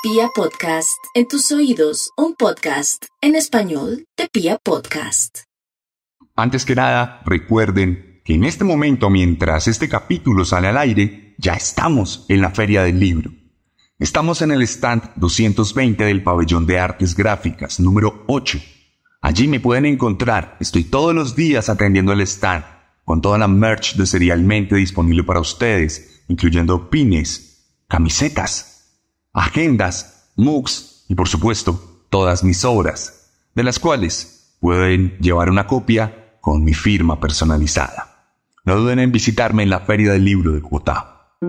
Pia Podcast, en tus oídos, un podcast en español de Pia Podcast. Antes que nada, recuerden que en este momento, mientras este capítulo sale al aire, ya estamos en la Feria del Libro. Estamos en el stand 220 del Pabellón de Artes Gráficas, número 8. Allí me pueden encontrar, estoy todos los días atendiendo el stand, con toda la merch de Serialmente disponible para ustedes, incluyendo pines, camisetas, agendas, mugs y por supuesto todas mis obras, de las cuales pueden llevar una copia con mi firma personalizada. No duden en visitarme en la Feria del Libro de Bogotá.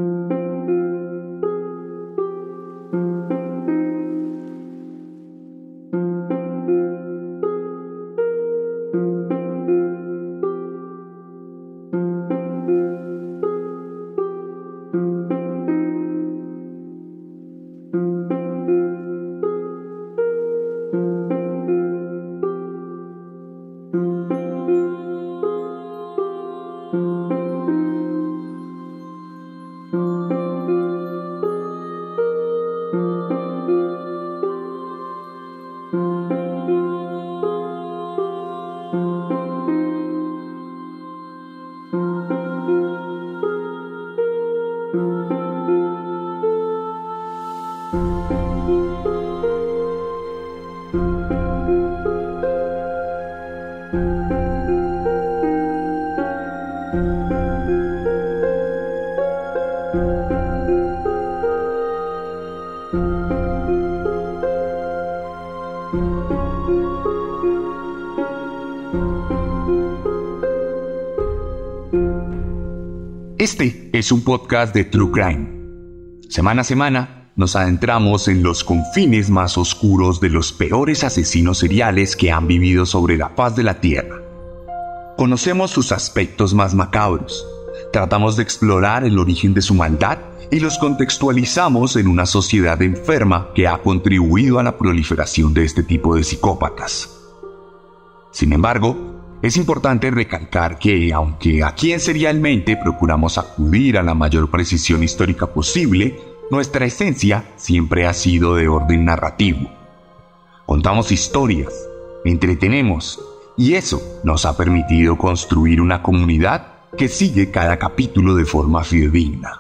Este es un podcast de True Crime. Semana a semana nos adentramos en los confines más oscuros de los peores asesinos seriales que han vivido sobre la faz de la Tierra. Conocemos sus aspectos más macabros, tratamos de explorar el origen de su maldad y los contextualizamos en una sociedad enferma que ha contribuido a la proliferación de este tipo de psicópatas. Sin embargo, es importante recalcar que, aunque aquí en Serialmente procuramos acudir a la mayor precisión histórica posible, nuestra esencia siempre ha sido de orden narrativo. Contamos historias, entretenemos, y eso nos ha permitido construir una comunidad que sigue cada capítulo de forma fidedigna.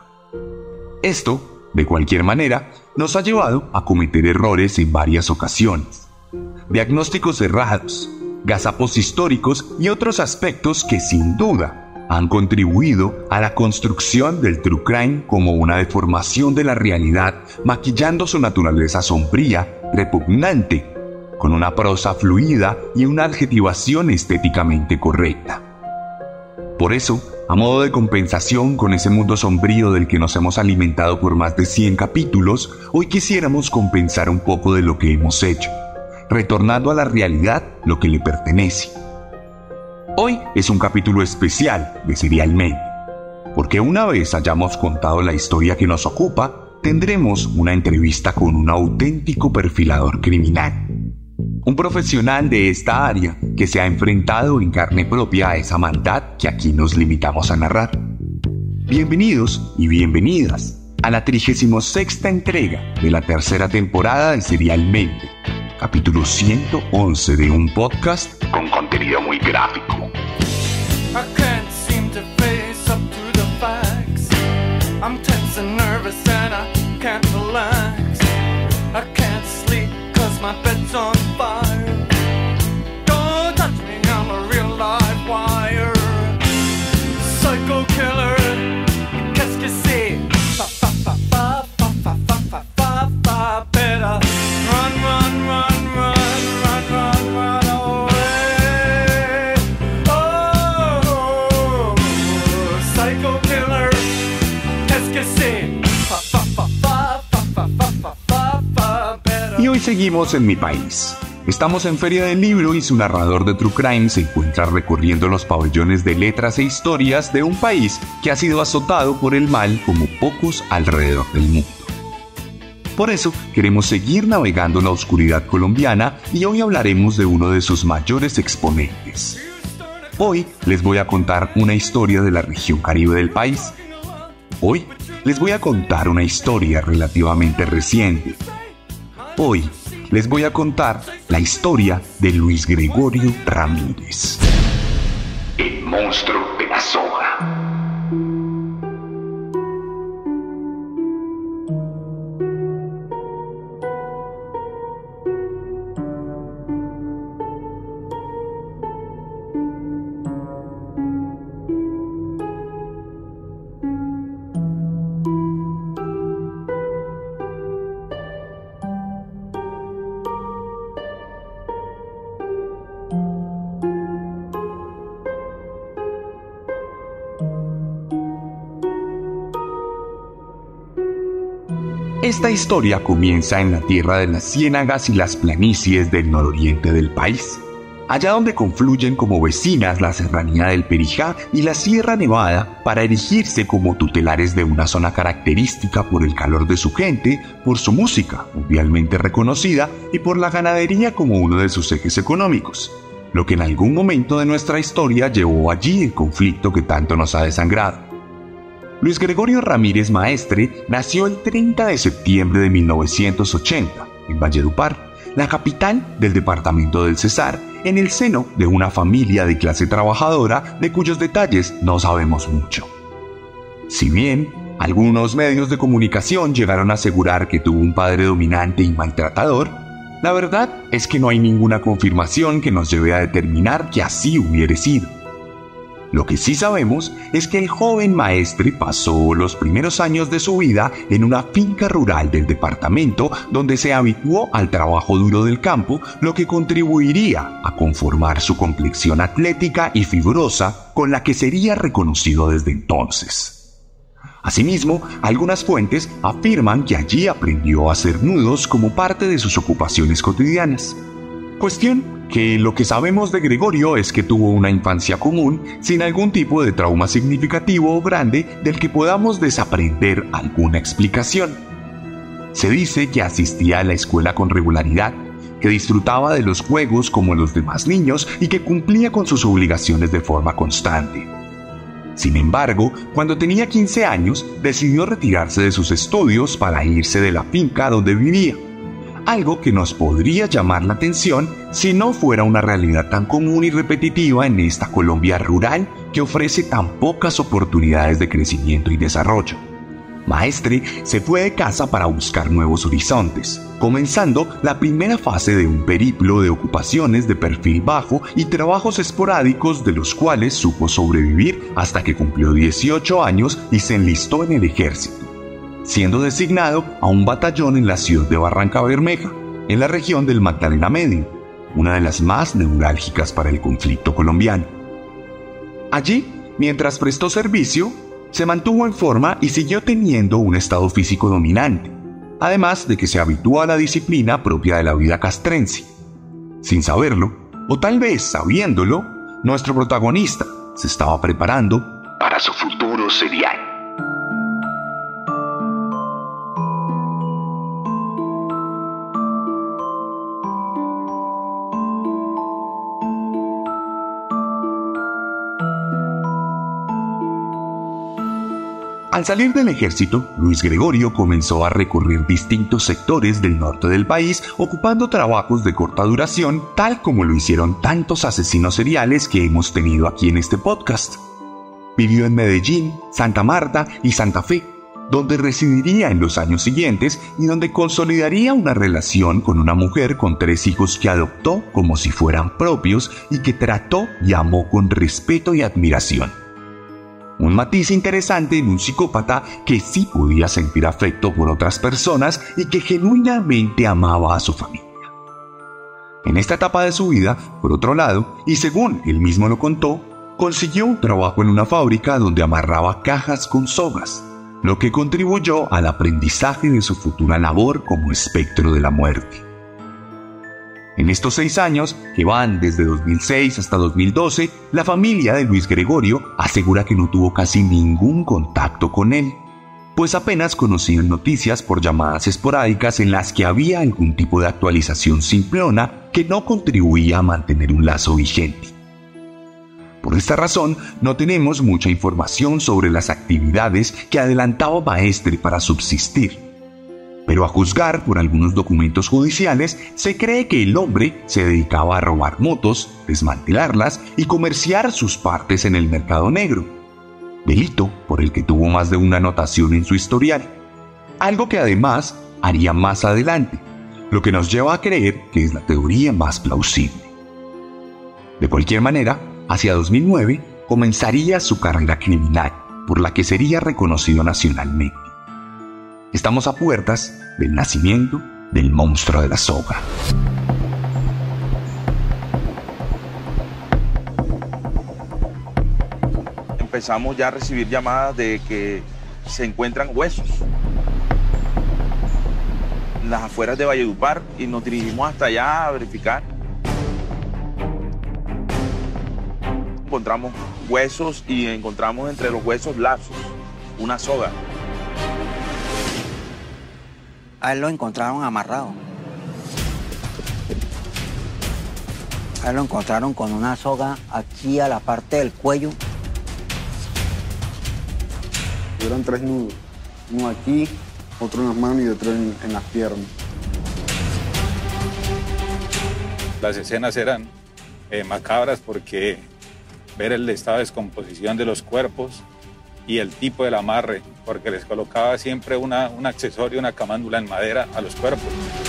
Esto, de cualquier manera, nos ha llevado a cometer errores en varias ocasiones. Diagnósticos errados, gazapos históricos y otros aspectos que sin duda han contribuido a la construcción del true crime como una deformación de la realidad, maquillando su naturaleza sombría, repugnante, con una prosa fluida y una adjetivación estéticamente correcta. Por eso, a modo de compensación con ese mundo sombrío del que nos hemos alimentado por más de 100 capítulos, hoy quisiéramos compensar un poco de lo que hemos hecho, retornando a la realidad lo que le pertenece. Hoy es un capítulo especial de Serialmente, porque una vez hayamos contado la historia que nos ocupa, tendremos una entrevista con un auténtico perfilador criminal, un profesional de esta área que se ha enfrentado en carne propia a esa maldad que aquí nos limitamos a narrar. Bienvenidos y bienvenidas a la 36ª entrega de la tercera temporada de Serialmente, capítulo 111 de un podcast con contenido muy gráfico. I can't seem to face up to the facts. I'm tense and nervous and I can't relax. I can't sleep 'cause my bed's on fire. Don't touch me, I'm a real live wire. Psycho killer, qu'est-ce que c'est? Fa fa fa fa fa fa fa fa fa fa. Better run, run, run. Y hoy seguimos en mi país. Estamos en Feria del Libro y su narrador de True Crime se encuentra recorriendo los pabellones de letras e historias de un país que ha sido azotado por el mal como pocos alrededor del mundo. Por eso queremos seguir navegando en la oscuridad colombiana y hoy hablaremos de uno de sus mayores exponentes. Hoy les voy a contar una historia de la región Caribe del país. Hoy les voy a contar una historia relativamente reciente. Hoy les voy a contar la historia de Luis Gregorio Ramírez, el monstruo de la soga. Esta historia comienza en la tierra de las ciénagas y las planicies del nororiente del país, allá donde confluyen como vecinas la serranía del Perijá y la Sierra Nevada para erigirse como tutelares de una zona característica por el calor de su gente, por su música, mundialmente reconocida, y por la ganadería como uno de sus ejes económicos, lo que en algún momento de nuestra historia llevó allí el conflicto que tanto nos ha desangrado. Luis Gregorio Ramírez Maestre nació el 30 de septiembre de 1980 en Valledupar, la capital del departamento del Cesar, en el seno de una familia de clase trabajadora de cuyos detalles no sabemos mucho. Si bien algunos medios de comunicación llegaron a asegurar que tuvo un padre dominante y maltratador, la verdad es que no hay ninguna confirmación que nos lleve a determinar que así hubiera sido. Lo que sí sabemos es que el joven Maestre pasó los primeros años de su vida en una finca rural del departamento donde se habituó al trabajo duro del campo, lo que contribuiría a conformar su complexión atlética y fibrosa con la que sería reconocido desde entonces. Asimismo, algunas fuentes afirman que allí aprendió a hacer nudos como parte de sus ocupaciones cotidianas. Cuestión que lo que sabemos de Gregorio es que tuvo una infancia común, sin algún tipo de trauma significativo o grande del que podamos desaprender alguna explicación. Se dice que asistía a la escuela con regularidad, que disfrutaba de los juegos como los demás niños y que cumplía con sus obligaciones de forma constante. Sin embargo, cuando tenía 15 años, decidió retirarse de sus estudios para irse de la finca donde vivía. Algo que nos podría llamar la atención si no fuera una realidad tan común y repetitiva en esta Colombia rural que ofrece tan pocas oportunidades de crecimiento y desarrollo. Maestre se fue de casa para buscar nuevos horizontes, comenzando la primera fase de un periplo de ocupaciones de perfil bajo y trabajos esporádicos de los cuales supo sobrevivir hasta que cumplió 18 años y se enlistó en el ejército, siendo designado a un batallón en la ciudad de Barrancabermeja, en la región del Magdalena Medio, una de las más neurálgicas para el conflicto colombiano. Allí, mientras prestó servicio, se mantuvo en forma y siguió teniendo un estado físico dominante, además de que se habituó a la disciplina propia de la vida castrense. Sin saberlo, o tal vez sabiéndolo, nuestro protagonista se estaba preparando para su futuro serial. Al salir del ejército, Luis Gregorio comenzó a recorrer distintos sectores del norte del país, ocupando trabajos de corta duración, tal como lo hicieron tantos asesinos seriales que hemos tenido aquí en este podcast. Vivió en Medellín, Santa Marta y Santa Fe, donde residiría en los años siguientes y donde consolidaría una relación con una mujer con 3 hijos que adoptó como si fueran propios y que trató y amó con respeto y admiración. Un matiz interesante en un psicópata que sí podía sentir afecto por otras personas y que genuinamente amaba a su familia. En esta etapa de su vida, por otro lado, y según él mismo lo contó, consiguió un trabajo en una fábrica donde amarraba cajas con sogas, lo que contribuyó al aprendizaje de su futura labor como espectro de la muerte. En estos 6 años, que van desde 2006 hasta 2012, la familia de Luis Gregorio asegura que no tuvo casi ningún contacto con él, pues apenas conocían noticias por llamadas esporádicas en las que había algún tipo de actualización simplona que no contribuía a mantener un lazo vigente. Por esta razón, no tenemos mucha información sobre las actividades que adelantaba Maestre para subsistir. Pero a juzgar por algunos documentos judiciales, se cree que el hombre se dedicaba a robar motos, desmantelarlas y comerciar sus partes en el mercado negro, delito por el que tuvo más de una anotación en su historial, algo que además haría más adelante, lo que nos lleva a creer que es la teoría más plausible. De cualquier manera, hacia 2009 comenzaría su carrera criminal, por la que sería reconocido nacionalmente. Estamos a puertas del nacimiento del monstruo de la soga. Empezamos ya a recibir llamadas de que se encuentran huesos en las afueras de Valledupar y nos dirigimos hasta allá a verificar. Encontramos huesos y encontramos entre los huesos lazos, una soga. A él lo encontraron amarrado. A él lo encontraron con una soga aquí a la parte del cuello. Eran 3 nudos, uno aquí, otro en las manos y otro en las piernas. Las escenas eran macabras porque ver el estado de descomposición de los cuerpos y el tipo del amarre, porque les colocaba siempre un accesorio, una camándula en madera a los cuerpos.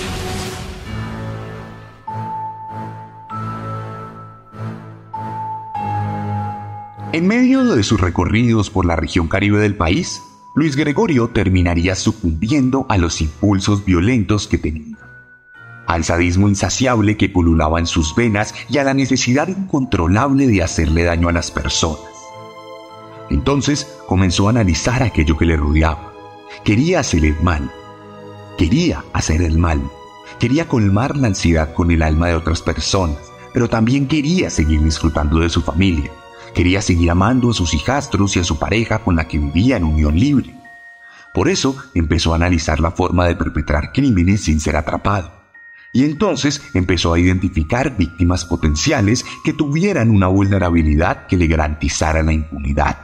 En medio de sus recorridos por la región caribe del país, Luis Gregorio terminaría sucumbiendo a los impulsos violentos que tenía, al sadismo insaciable que pululaba en sus venas y a la necesidad incontrolable de hacerle daño a las personas. Entonces comenzó a analizar aquello que le rodeaba. Quería hacer el mal. Quería colmar la ansiedad con el alma de otras personas, pero también quería seguir disfrutando de su familia. Quería seguir amando a sus hijastros y a su pareja con la que vivía en unión libre. Por eso empezó a analizar la forma de perpetrar crímenes sin ser atrapado. Y entonces empezó a identificar víctimas potenciales que tuvieran una vulnerabilidad que le garantizara la impunidad.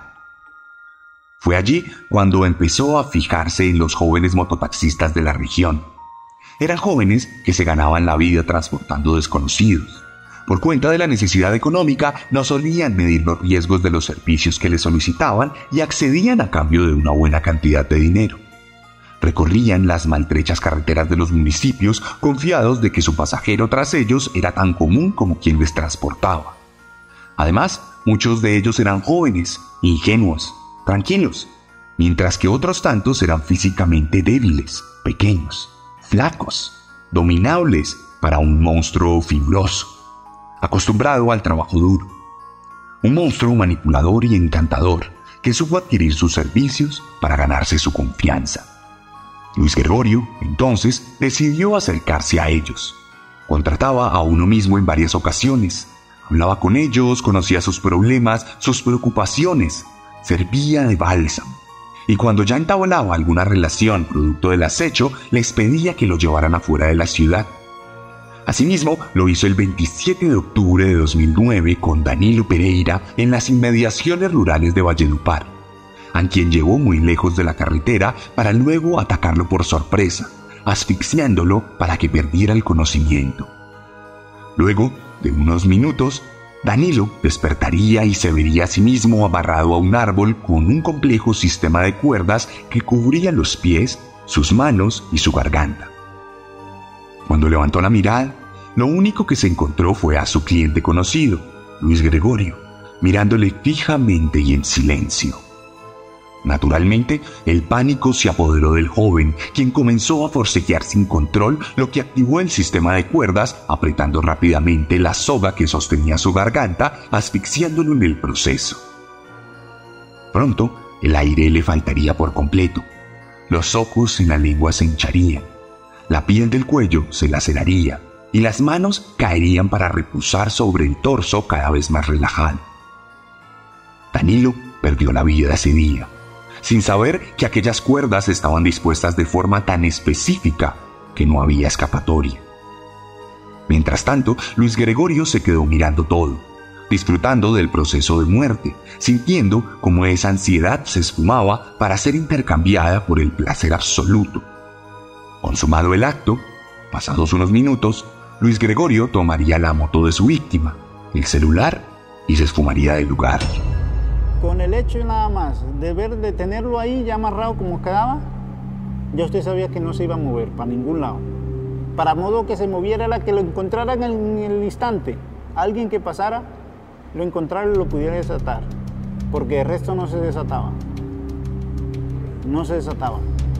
Fue allí cuando empezó a fijarse en los jóvenes mototaxistas de la región. Eran jóvenes que se ganaban la vida transportando desconocidos. Por cuenta de la necesidad económica, no solían medir los riesgos de los servicios que les solicitaban y accedían a cambio de una buena cantidad de dinero. Recorrían las maltrechas carreteras de los municipios confiados de que su pasajero tras ellos era tan común como quien les transportaba. Además, muchos de ellos eran jóvenes, ingenuos, tranquilos, mientras que otros tantos eran físicamente débiles, pequeños, flacos, dominables para un monstruo fibroso, acostumbrado al trabajo duro. Un monstruo manipulador y encantador que supo adquirir sus servicios para ganarse su confianza. Luis Gregorio, entonces, decidió acercarse a ellos. Contrataba a uno mismo en varias ocasiones. Hablaba con ellos, conocía sus problemas, sus preocupaciones. Servía de bálsamo. Y cuando ya entablaba alguna relación producto del acecho, les pedía que lo llevaran afuera de la ciudad. Asimismo, lo hizo el 27 de octubre de 2009 con Danilo Pereira en las inmediaciones rurales de Valledupar, a quien llevó muy lejos de la carretera para luego atacarlo por sorpresa, asfixiándolo para que perdiera el conocimiento. Luego de unos minutos, Danilo despertaría y se vería a sí mismo amarrado a un árbol con un complejo sistema de cuerdas que cubría los pies, sus manos y su garganta. Cuando levantó la mirada, lo único que se encontró fue a su cliente conocido, Luis Gregorio, mirándole fijamente y en silencio. Naturalmente, el pánico se apoderó del joven, quien comenzó a forcejear sin control, lo que activó el sistema de cuerdas, apretando rápidamente la soga que sostenía su garganta, asfixiándolo en el proceso. Pronto, el aire le faltaría por completo. Los ojos en la lengua se hincharían, la piel del cuello se laceraría y las manos caerían para reposar sobre el torso cada vez más relajado. Danilo perdió la vida ese día, sin saber que aquellas cuerdas estaban dispuestas de forma tan específica que no había escapatoria. Mientras tanto, Luis Gregorio se quedó mirando todo, disfrutando del proceso de muerte, sintiendo cómo esa ansiedad se esfumaba para ser intercambiada por el placer absoluto. Consumado el acto, pasados unos minutos, Luis Gregorio tomaría la moto de su víctima, el celular, y se esfumaría del lugar. Con el hecho nada más de tenerlo ahí ya amarrado como quedaba, ya usted sabía que no se iba a mover para ningún lado. Para modo que se moviera era que lo encontraran en el instante. Alguien que pasara, lo encontrara y lo pudiera desatar. Porque el resto no se desataba. No se desataba.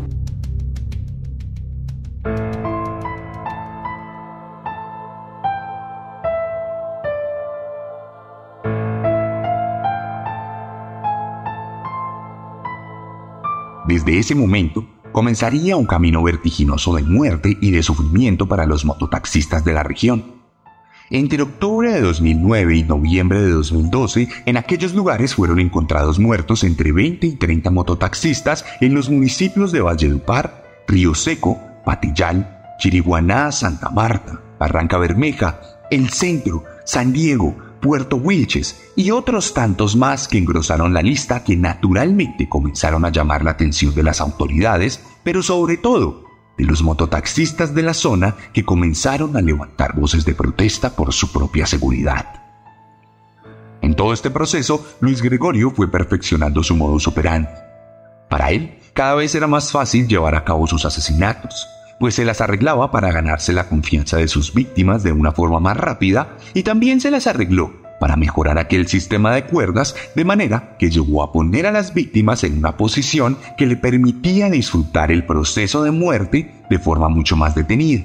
Desde ese momento, comenzaría un camino vertiginoso de muerte y de sufrimiento para los mototaxistas de la región. Entre octubre de 2009 y noviembre de 2012, en aquellos lugares fueron encontrados muertos entre 20 y 30 mototaxistas en los municipios de Valledupar, Río Seco, Patillal, Chiriguaná, Santa Marta, Barranca Bermeja, El Centro, San Diego, Puerto Wilches y otros tantos más que engrosaron la lista, que naturalmente comenzaron a llamar la atención de las autoridades, pero sobre todo de los mototaxistas de la zona, que comenzaron a levantar voces de protesta por su propia seguridad. En todo este proceso, Luis Gregorio fue perfeccionando su modus operandi. Para él, cada vez era más fácil llevar a cabo sus asesinatos, pues se las arreglaba para ganarse la confianza de sus víctimas de una forma más rápida, y también se las arregló para mejorar aquel sistema de cuerdas, de manera que llegó a poner a las víctimas en una posición que le permitía disfrutar el proceso de muerte de forma mucho más detenida.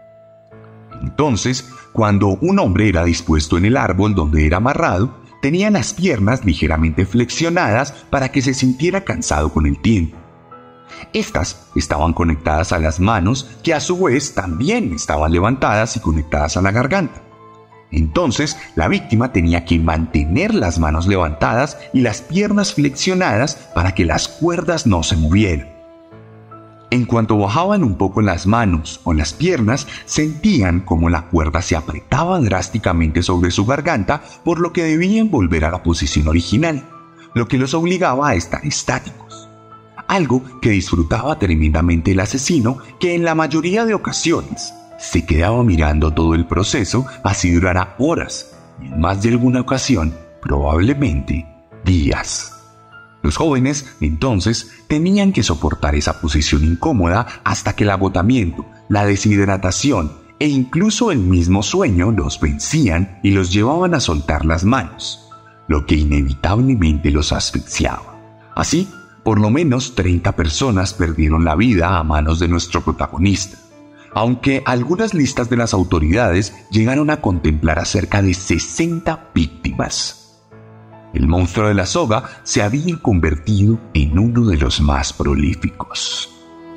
Entonces, cuando un hombre era dispuesto en el árbol donde era amarrado, tenía las piernas ligeramente flexionadas para que se sintiera cansado con el tiempo. Estas estaban conectadas a las manos, que a su vez también estaban levantadas y conectadas a la garganta. Entonces, la víctima tenía que mantener las manos levantadas y las piernas flexionadas para que las cuerdas no se movieran. En cuanto bajaban un poco las manos o las piernas, sentían como la cuerda se apretaba drásticamente sobre su garganta, por lo que debían volver a la posición original, lo que los obligaba a estar estáticos. Algo que disfrutaba tremendamente el asesino, que en la mayoría de ocasiones se quedaba mirando todo el proceso, así durará horas, y en más de alguna ocasión, probablemente días. Los jóvenes, entonces, tenían que soportar esa posición incómoda hasta que el agotamiento, la deshidratación e incluso el mismo sueño los vencían y los llevaban a soltar las manos, lo que inevitablemente los asfixiaba. Así, por lo menos 30 personas perdieron la vida a manos de nuestro protagonista, aunque algunas listas de las autoridades llegaron a contemplar a cerca de 60 víctimas. El monstruo de la soga se había convertido en uno de los más prolíficos.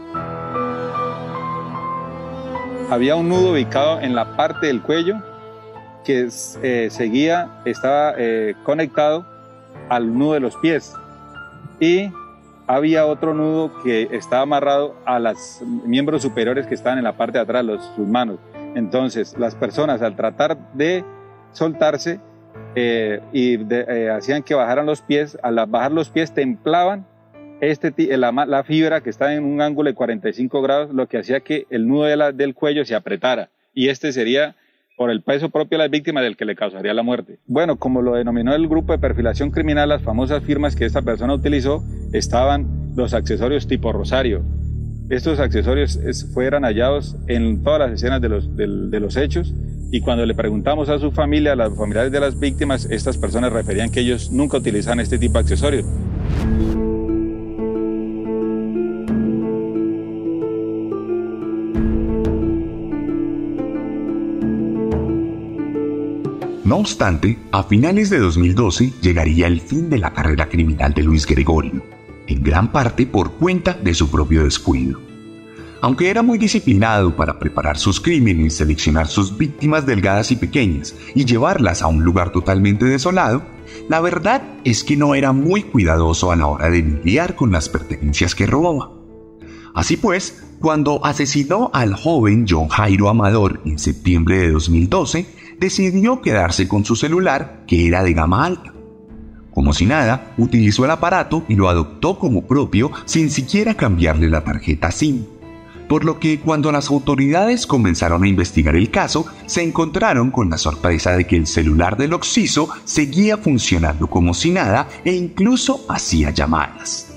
Había un nudo ubicado en la parte del cuello que estaba conectado al nudo de los pies, y había otro nudo que estaba amarrado a los miembros superiores que estaban en la parte de atrás, sus manos. Entonces, las personas, al tratar de soltarse, hacían que bajaran los pies. Al bajar los pies, templaban la fibra, que está en un ángulo de 45 grados, lo que hacía que el nudo del cuello se apretara, y este sería, por el peso propio de las víctimas, del que le causaría la muerte. Bueno, como lo denominó el grupo de perfilación criminal, las famosas firmas que esta persona utilizó, estaban los accesorios tipo rosario. Estos accesorios fueron hallados en todas las escenas de los hechos, y cuando le preguntamos a su familia, a los familiares de las víctimas, estas personas referían que ellos nunca utilizaban este tipo de accesorios. No obstante, a finales de 2012 llegaría el fin de la carrera criminal de Luis Gregorio, en gran parte por cuenta de su propio descuido. Aunque era muy disciplinado para preparar sus crímenes, seleccionar sus víctimas delgadas y pequeñas y llevarlas a un lugar totalmente desolado, la verdad es que no era muy cuidadoso a la hora de lidiar con las pertenencias que robaba. Así pues, cuando asesinó al joven John Jairo Amador en septiembre de 2012, decidió quedarse con su celular, que era de gama alta. Como si nada, utilizó el aparato y lo adoptó como propio sin siquiera cambiarle la tarjeta SIM. por lo que cuando las autoridades comenzaron a investigar el caso, se encontraron con la sorpresa de que el celular del occiso seguía funcionando como si nada e incluso hacía llamadas.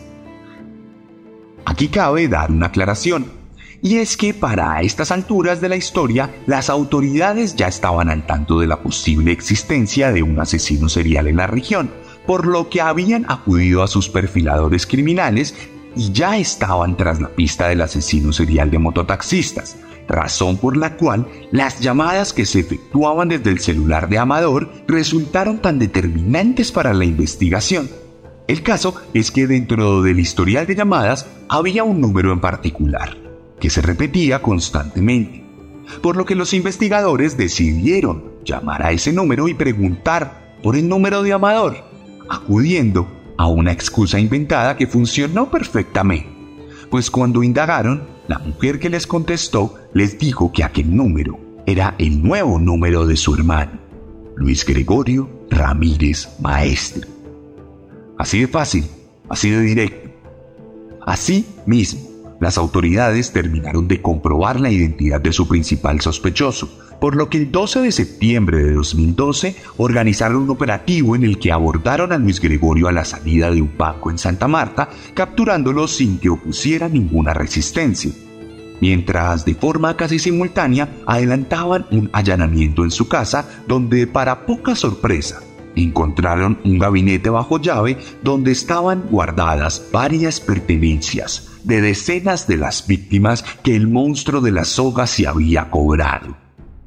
Aquí cabe dar una aclaración, y es que para estas alturas de la historia, las autoridades ya estaban al tanto de la posible existencia de un asesino serial en la región, por lo que habían acudido a sus perfiladores criminales y ya estaban tras la pista del asesino serial de mototaxistas, razón por la cual las llamadas que se efectuaban desde el celular de Amador resultaron tan determinantes para la investigación. El caso es que dentro del historial de llamadas había un número en particular, que se repetía constantemente, por lo que los investigadores decidieron llamar a ese número y preguntar por el número de Amador, acudiendo a una excusa inventada que funcionó perfectamente, pues cuando indagaron, la mujer que les contestó les dijo que aquel número era el nuevo número de su hermano, Luis Gregorio Ramírez Maestre. Así de fácil, así de directo. Así mismo, las autoridades terminaron de comprobar la identidad de su principal sospechoso, por lo que el 12 de septiembre de 2012 organizaron un operativo en el que abordaron a Luis Gregorio a la salida de un banco en Santa Marta, capturándolo sin que opusiera ninguna resistencia, mientras de forma casi simultánea adelantaban un allanamiento en su casa donde, para poca sorpresa, encontraron un gabinete bajo llave donde estaban guardadas varias pertenencias de decenas de las víctimas que el monstruo de la soga se había cobrado.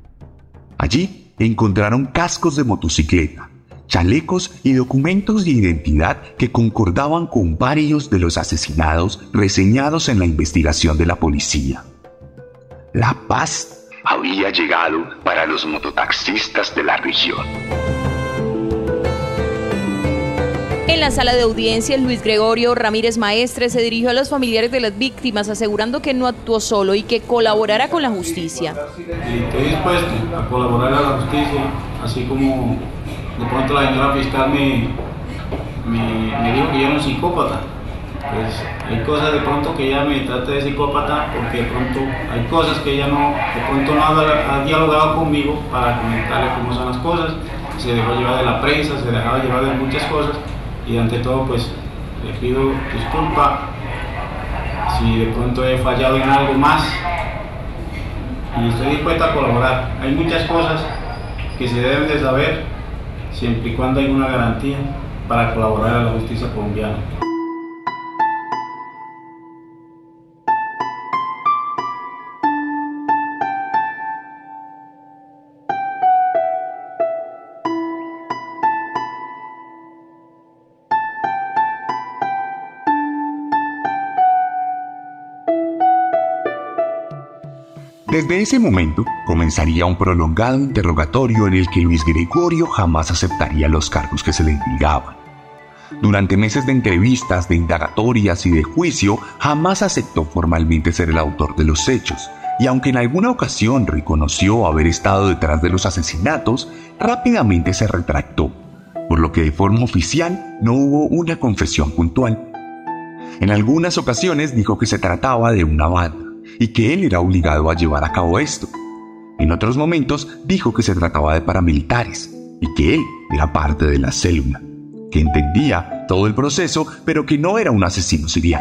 Allí encontraron cascos de motocicleta, chalecos y documentos de identidad que concordaban con varios de los asesinados reseñados en la investigación de la policía. La paz había llegado para los mototaxistas de la región. En la sala de audiencias, Luis Gregorio Ramírez Maestre se dirigió a los familiares de las víctimas asegurando que no actuó solo y que colaborará con la justicia. Estoy dispuesto a colaborar a la justicia, así como de pronto la señora fiscal me dijo que yo era un psicópata. Pues hay cosas de pronto que ella me trata de psicópata porque de pronto hay cosas que ella no ha dialogado conmigo para comentarle cómo son las cosas. Se dejó llevar de la prensa, se dejaba llevar de muchas cosas. Y ante todo, pues, le pido disculpa si de pronto he fallado en algo más y estoy dispuesto a colaborar. Hay muchas cosas que se deben de saber siempre y cuando hay una garantía para colaborar a la justicia colombiana. Desde ese momento comenzaría un prolongado interrogatorio en el que Luis Gregorio jamás aceptaría los cargos que se le indagaban. Durante meses de entrevistas, de indagatorias y de juicio, jamás aceptó formalmente ser el autor de los hechos, y aunque en alguna ocasión reconoció haber estado detrás de los asesinatos, rápidamente se retractó, por lo que de forma oficial no hubo una confesión puntual. En algunas ocasiones dijo que se trataba de una banda, y que él era obligado a llevar a cabo esto. En otros momentos dijo que se trataba de paramilitares y que él era parte de la célula, que entendía todo el proceso, pero que no era un asesino serial.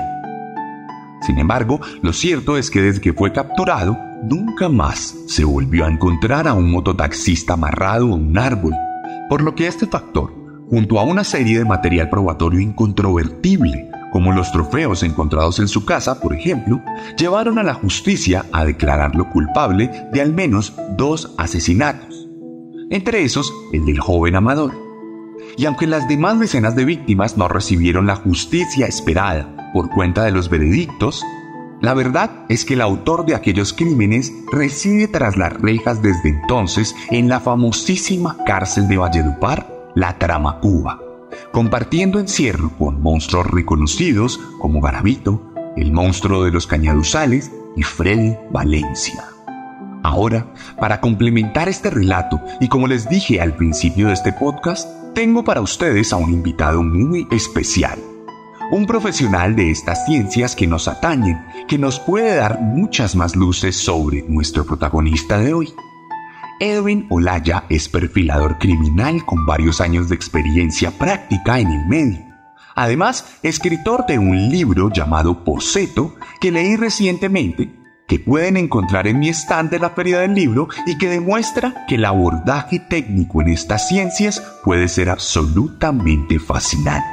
Sin embargo, lo cierto es que desde que fue capturado, nunca más se volvió a encontrar a un mototaxista amarrado a un árbol, por lo que este factor, junto a una serie de material probatorio incontrovertible, como los trofeos encontrados en su casa, por ejemplo, llevaron a la justicia a declararlo culpable de al menos 2 asesinatos, entre esos el del joven Amador. Y aunque las demás decenas de víctimas no recibieron la justicia esperada por cuenta de los veredictos, la verdad es que el autor de aquellos crímenes reside tras las rejas desde entonces en la famosísima cárcel de Valledupar, la Tramacuba, compartiendo encierro con monstruos reconocidos como Garavito, el monstruo de los Cañaduzales y Freddy Valencia. Ahora, para complementar este relato, y como les dije al principio de este podcast, tengo para ustedes a un invitado muy especial, un profesional de estas ciencias que nos atañen, que nos puede dar muchas más luces sobre nuestro protagonista de hoy. Edwin Olaya es perfilador criminal con varios años de experiencia práctica en el medio. Además, escritor de un libro llamado Boceto que leí recientemente, que pueden encontrar en mi stand de la Feria del Libro y que demuestra que el abordaje técnico en estas ciencias puede ser absolutamente fascinante.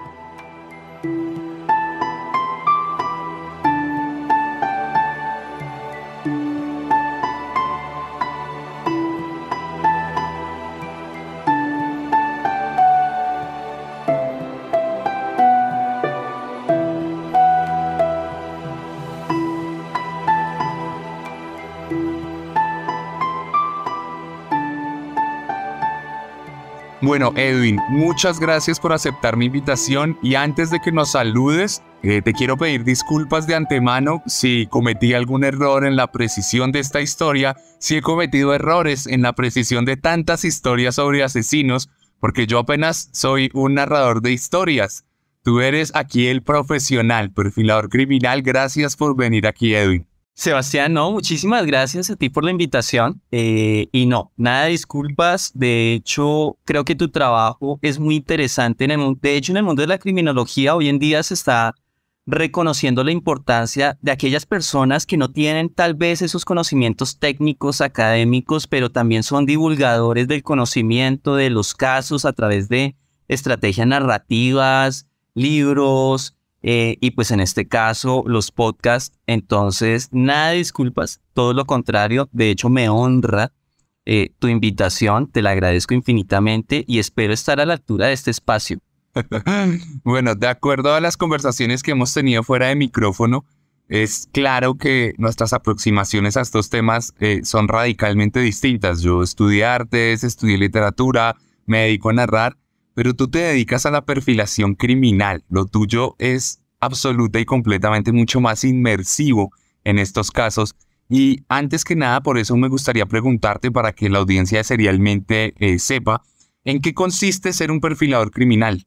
Bueno, Edwin, muchas gracias por aceptar mi invitación y antes de que nos saludes, te quiero pedir disculpas de antemano si cometí algún error en la precisión de esta historia, si he cometido errores en la precisión de tantas historias sobre asesinos, porque yo apenas soy un narrador de historias. Tú eres aquí el profesional, perfilador criminal. Gracias por venir aquí, Edwin. Sebastián, no, muchísimas gracias a ti por la invitación y no, nada de disculpas. De hecho, creo que tu trabajo es muy interesante. De hecho, en el mundo de la criminología hoy en día se está reconociendo la importancia de aquellas personas que no tienen tal vez esos conocimientos técnicos, académicos, pero también son divulgadores del conocimiento de los casos a través de estrategias narrativas, libros, y pues en este caso los podcasts. Entonces nada de disculpas, todo lo contrario. De hecho me honra tu invitación, te la agradezco infinitamente y espero estar a la altura de este espacio. Bueno, de acuerdo a las conversaciones que hemos tenido fuera de micrófono, es claro que nuestras aproximaciones a estos temas son radicalmente distintas. Yo estudié artes, estudié literatura, me dedico a narrar, pero tú te dedicas a la perfilación criminal. Lo tuyo es absoluta y completamente mucho más inmersivo en estos casos. Y antes que nada, por eso me gustaría preguntarte para que la audiencia serialmente sepa, ¿en qué consiste ser un perfilador criminal?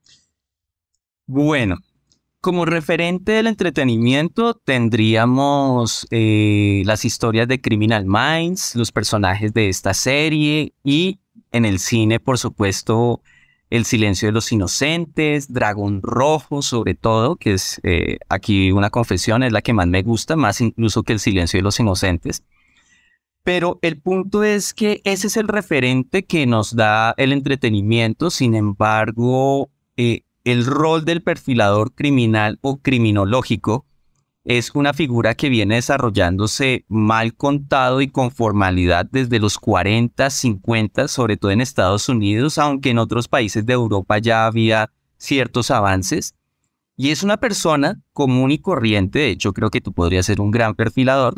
Bueno, como referente del entretenimiento tendríamos las historias de Criminal Minds, los personajes de esta serie y en el cine, por supuesto, El silencio de los inocentes, Dragón Rojo sobre todo, que es aquí una confesión, es la que más me gusta, más incluso que El silencio de los inocentes. Pero el punto es que ese es el referente que nos da el entretenimiento. Sin embargo, el rol del perfilador criminal o criminológico es una figura que viene desarrollándose mal contado y con formalidad desde los 40, 50, sobre todo en Estados Unidos, aunque en otros países de Europa ya había ciertos avances. Y es una persona común y corriente, de hecho creo que tú podrías ser un gran perfilador,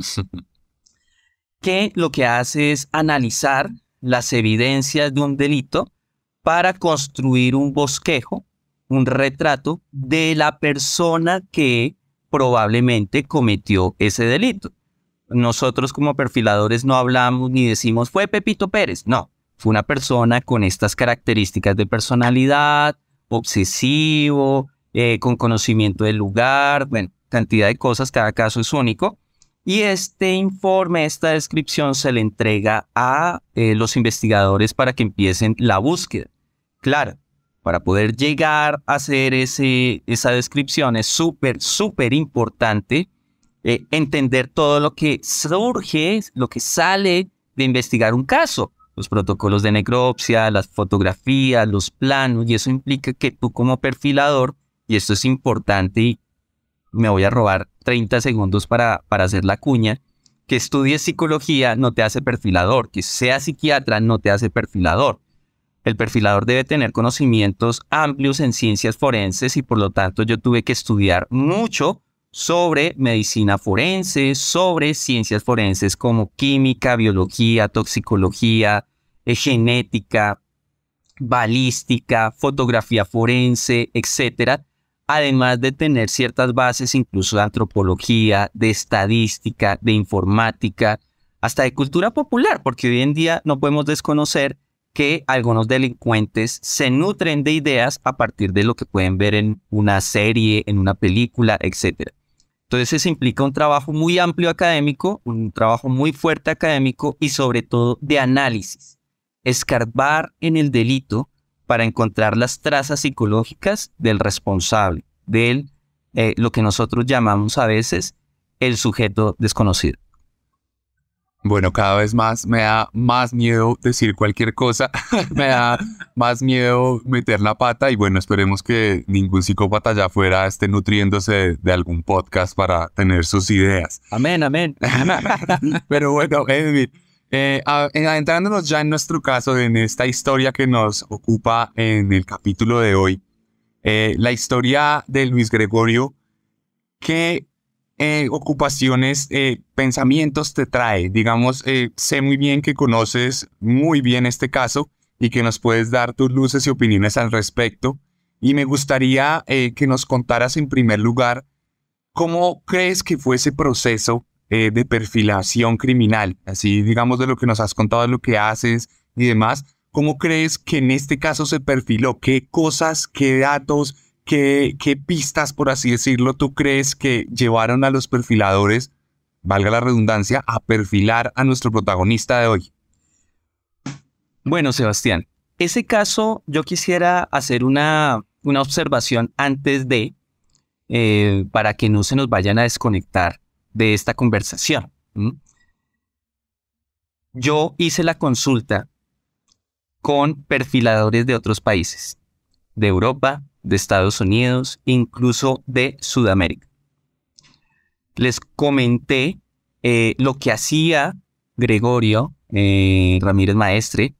que lo que hace es analizar las evidencias de un delito para construir un bosquejo, un retrato de la persona que probablemente cometió ese delito. Nosotros como perfiladores no hablamos ni decimos fue Pepito Pérez, no, fue una persona con estas características de personalidad, obsesivo, con conocimiento del lugar, bueno, cantidad de cosas, cada caso es único. Y este informe, esta descripción se le entrega a los investigadores para que empiecen la búsqueda. Claro, para poder llegar a hacer esa descripción es súper importante entender todo lo que surge, lo que sale de investigar un caso. Los protocolos de necropsia, las fotografías, los planos, y eso implica que tú como perfilador, y esto es importante y me voy a robar 30 segundos para hacer la cuña, que estudies psicología no te hace perfilador, que seas psiquiatra no te hace perfilador. El perfilador debe tener conocimientos amplios en ciencias forenses y por lo tanto yo tuve que estudiar mucho sobre medicina forense, sobre ciencias forenses como química, biología, toxicología, genética, balística, fotografía forense, etc. Además de tener ciertas bases incluso de antropología, de estadística, de informática, hasta de cultura popular, porque hoy en día no podemos desconocer que algunos delincuentes se nutren de ideas a partir de lo que pueden ver en una serie, en una película, etc. Entonces eso implica un trabajo muy amplio académico, un trabajo muy fuerte académico y sobre todo de análisis. Escarbar en el delito para encontrar las trazas psicológicas del responsable, del lo que nosotros llamamos a veces el sujeto desconocido. Bueno, cada vez más me da más miedo decir cualquier cosa, me da más miedo meter la pata y bueno, esperemos que ningún psicópata allá afuera esté nutriéndose de algún podcast para tener sus ideas. Amén, amén. Pero bueno, Edwin, adentrándonos ya en nuestro caso, en esta historia que nos ocupa en el capítulo de hoy, la historia de Luis Gregorio, ¿qué ocupaciones, pensamientos te trae? Digamos, sé muy bien que conoces muy bien este caso y que nos puedes dar tus luces y opiniones al respecto. Y me gustaría que nos contaras en primer lugar cómo crees que fue ese proceso de perfilación criminal. Así, digamos, de lo que nos has contado, de lo que haces y demás. ¿Cómo crees que en este caso se perfiló? ¿Qué cosas, qué datos, qué pistas, por así decirlo, tú crees que llevaron a los perfiladores, valga la redundancia, a perfilar a nuestro protagonista de hoy? Bueno, Sebastián, ese caso yo quisiera hacer una observación antes de, para que no se nos vayan a desconectar de esta conversación. Yo hice la consulta con perfiladores de otros países, de Europa, de Estados Unidos, incluso de Sudamérica. Les comenté lo que hacía Gregorio Ramírez Maestre,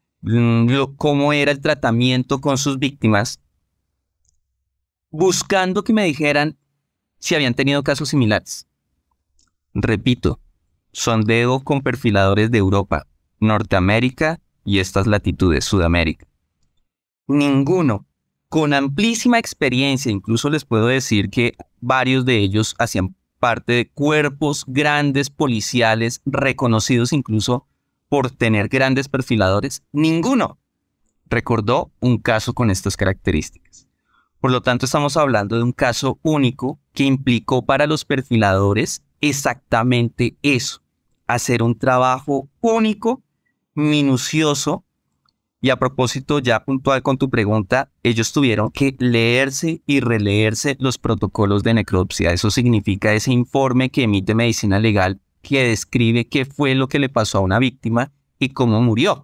cómo era el tratamiento con sus víctimas, buscando que me dijeran si habían tenido casos similares. Repito, sondeo con perfiladores de Europa, Norteamérica y estas latitudes, Sudamérica. Ninguno, con amplísima experiencia, incluso les puedo decir que varios de ellos hacían parte de cuerpos grandes policiales, reconocidos incluso por tener grandes perfiladores, ninguno recordó un caso con estas características. Por lo tanto, estamos hablando de un caso único que implicó para los perfiladores exactamente eso, hacer un trabajo único, minucioso. Y a propósito, ya puntual con tu pregunta, ellos tuvieron que leerse y releerse los protocolos de necropsia. Eso significa ese informe que emite medicina legal que describe qué fue lo que le pasó a una víctima y cómo murió.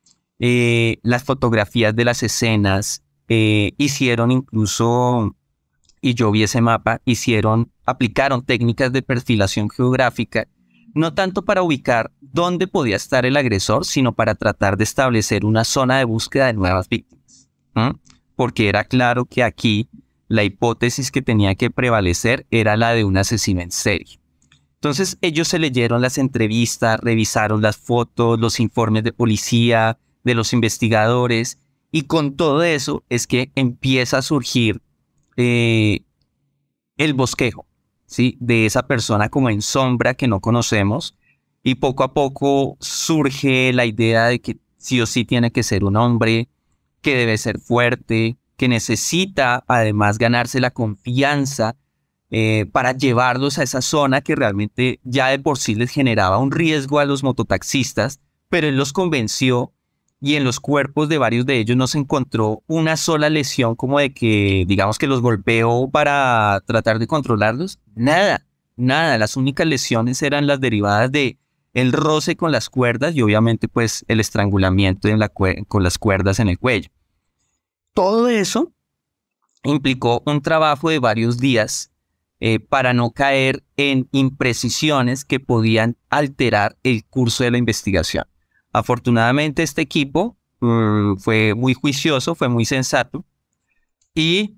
Las fotografías de las escenas, hicieron incluso, y yo vi ese mapa, aplicaron técnicas de perfilación geográfica, no tanto para ubicar dónde podía estar el agresor, sino para tratar de establecer una zona de búsqueda de nuevas víctimas. Porque era claro que aquí la hipótesis que tenía que prevalecer era la de un asesino en serie. Entonces ellos se leyeron las entrevistas, revisaron las fotos, los informes de policía, de los investigadores, y con todo eso es que empieza a surgir el bosquejo, ¿sí?, de esa persona como en sombra que no conocemos, y poco a poco surge la idea de que sí o sí tiene que ser un hombre, que debe ser fuerte, que necesita además ganarse la confianza para llevarlos a esa zona que realmente ya de por sí les generaba un riesgo a los mototaxistas, pero él los convenció y en los cuerpos de varios de ellos no se encontró una sola lesión como de que, digamos, que los golpeó para tratar de controlarlos. Nada. Las únicas lesiones eran las derivadas de el roce con las cuerdas y obviamente pues el estrangulamiento con las cuerdas en el cuello. Todo eso implicó un trabajo de varios días para no caer en imprecisiones que podían alterar el curso de la investigación. Afortunadamente este equipo fue muy juicioso, fue muy sensato y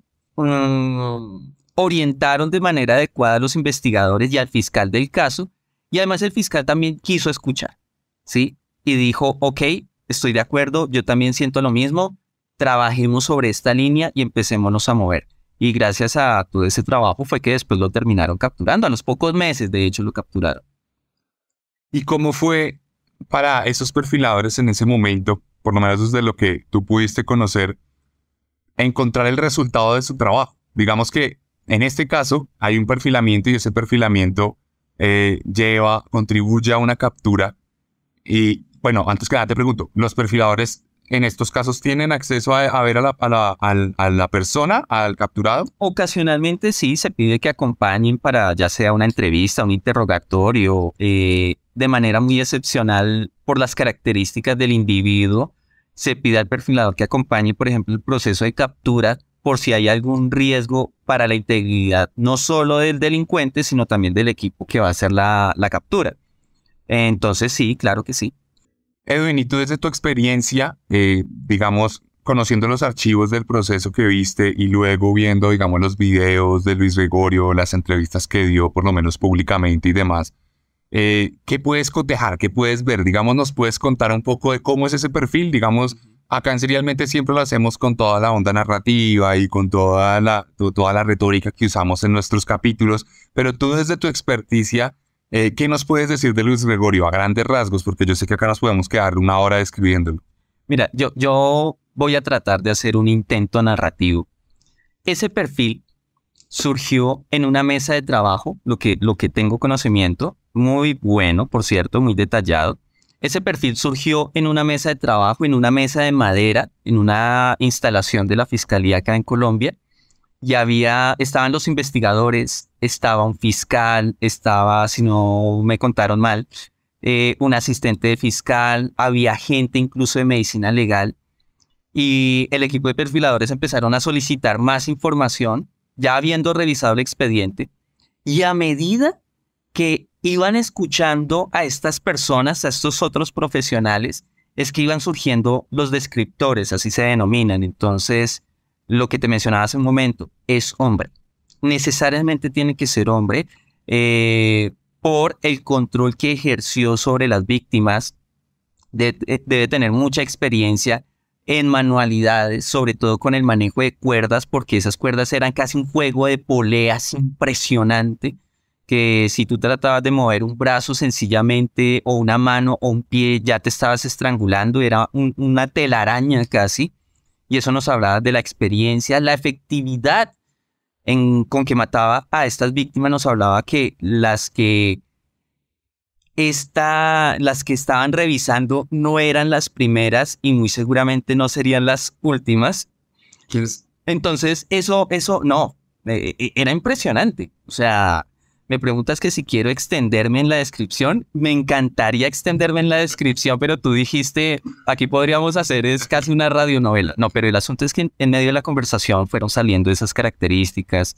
orientaron de manera adecuada a los investigadores y al fiscal del caso, y además el fiscal también quiso escuchar, ¿sí? Y dijo, ok, estoy de acuerdo, yo también siento lo mismo, trabajemos sobre esta línea y empecémonos a mover. Y gracias a todo ese trabajo fue que después lo terminaron capturando, a los pocos meses de hecho lo capturaron. ¿Y cómo fue para esos perfiladores en ese momento por lo menos desde lo que tú pudiste conocer, encontrar el resultado de su trabajo? Digamos que en este caso hay un perfilamiento y ese perfilamiento contribuye a una captura. Y bueno, antes que nada te pregunto, ¿los perfiladores en estos casos tienen acceso a ver a la persona, al capturado? Ocasionalmente sí, se pide que acompañen para ya sea una entrevista, un interrogatorio, de manera muy excepcional por las características del individuo. Se pide al perfilador que acompañe, por ejemplo, el proceso de captura por si hay algún riesgo para la integridad, no solo del delincuente, sino también del equipo que va a hacer la captura. Entonces sí, claro que sí. Edwin, y tú desde tu experiencia, digamos, conociendo los archivos del proceso que viste y luego viendo, digamos, los videos de Luis Gregorio, las entrevistas que dio, por lo menos públicamente y demás, ¿qué puedes cotejar? ¿Qué puedes ver? Digamos, ¿nos puedes contar un poco de cómo es ese perfil? Digamos, acá en Serialmente siempre lo hacemos con toda la onda narrativa y con toda la retórica que usamos en nuestros capítulos, pero tú desde tu experticia, ¿qué nos puedes decir de Luis Gregorio a grandes rasgos? Porque yo sé que acá nos podemos quedar una hora describiéndolo. Mira, yo voy a tratar de hacer un intento narrativo. Ese perfil surgió en una mesa de trabajo, lo que tengo conocimiento, muy bueno, por cierto, muy detallado. Ese perfil surgió en una mesa de trabajo, en una mesa de madera, en una instalación de la Fiscalía acá en Colombia. Y estaban los investigadores, estaba un fiscal, estaba, si no me contaron mal, un asistente de fiscal, había gente incluso de medicina legal. Y el equipo de perfiladores empezaron a solicitar más información, ya habiendo revisado el expediente. Y a medida que iban escuchando a estas personas, a estos otros profesionales, es que iban surgiendo los descriptores, así se denominan. Entonces, lo que te mencionaba hace un momento, es hombre. Necesariamente tiene que ser hombre por el control que ejerció sobre las víctimas. Debe tener mucha experiencia en manualidades, sobre todo con el manejo de cuerdas, porque esas cuerdas eran casi un juego de poleas impresionante, que si tú tratabas de mover un brazo sencillamente, o una mano o un pie, ya te estabas estrangulando, era una telaraña casi. Y eso nos hablaba de la experiencia, la efectividad con que mataba a estas víctimas. Nos hablaba que las que estaban revisando no eran las primeras y muy seguramente no serían las últimas. Entonces, eso no, era impresionante. O sea, me preguntas que si quiero extenderme en la descripción. Me encantaría extenderme en la descripción, pero tú dijiste, aquí podríamos hacer es casi una radionovela. No, pero el asunto es que en medio de la conversación fueron saliendo esas características.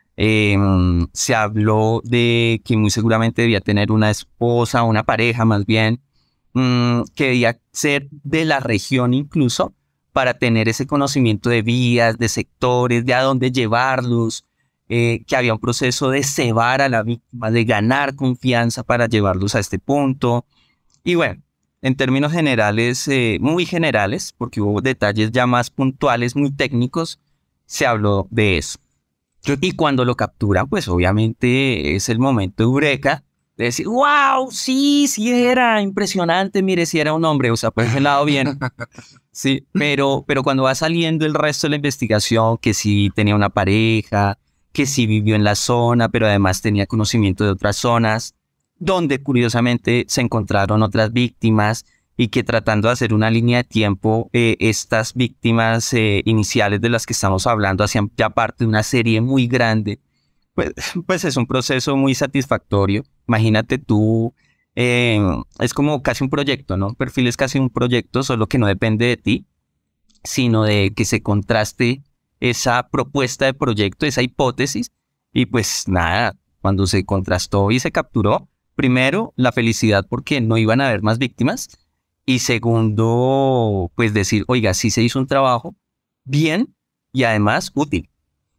Se habló de que muy seguramente debía tener una esposa, una pareja más bien, que debía ser de la región incluso, para tener ese conocimiento de vías, de sectores, de a dónde llevarlos. Que había un proceso de cebar a la víctima, de ganar confianza para llevarlos a este punto. Y bueno, en términos generales, muy generales, porque hubo detalles ya más puntuales, muy técnicos, se habló de eso. Y cuando lo capturan, pues obviamente es el momento eureka de decir, wow, sí era impresionante, mire, sí era un hombre, o sea, por ese lado bien. Sí, pero cuando va saliendo el resto de la investigación, que sí tenía una pareja, que sí vivió en la zona, pero además tenía conocimiento de otras zonas, donde curiosamente se encontraron otras víctimas y que tratando de hacer una línea de tiempo, estas víctimas iniciales de las que estamos hablando hacían ya parte de una serie muy grande. Pues es un proceso muy satisfactorio. Imagínate tú, es como casi un proyecto, ¿no? Perfil es casi un proyecto, solo que no depende de ti, sino de que se contraste esa propuesta de proyecto, esa hipótesis, y pues nada, cuando se contrastó y se capturó, primero, la felicidad porque no iban a haber más víctimas, y segundo, pues decir, oiga, sí se hizo un trabajo bien y además útil.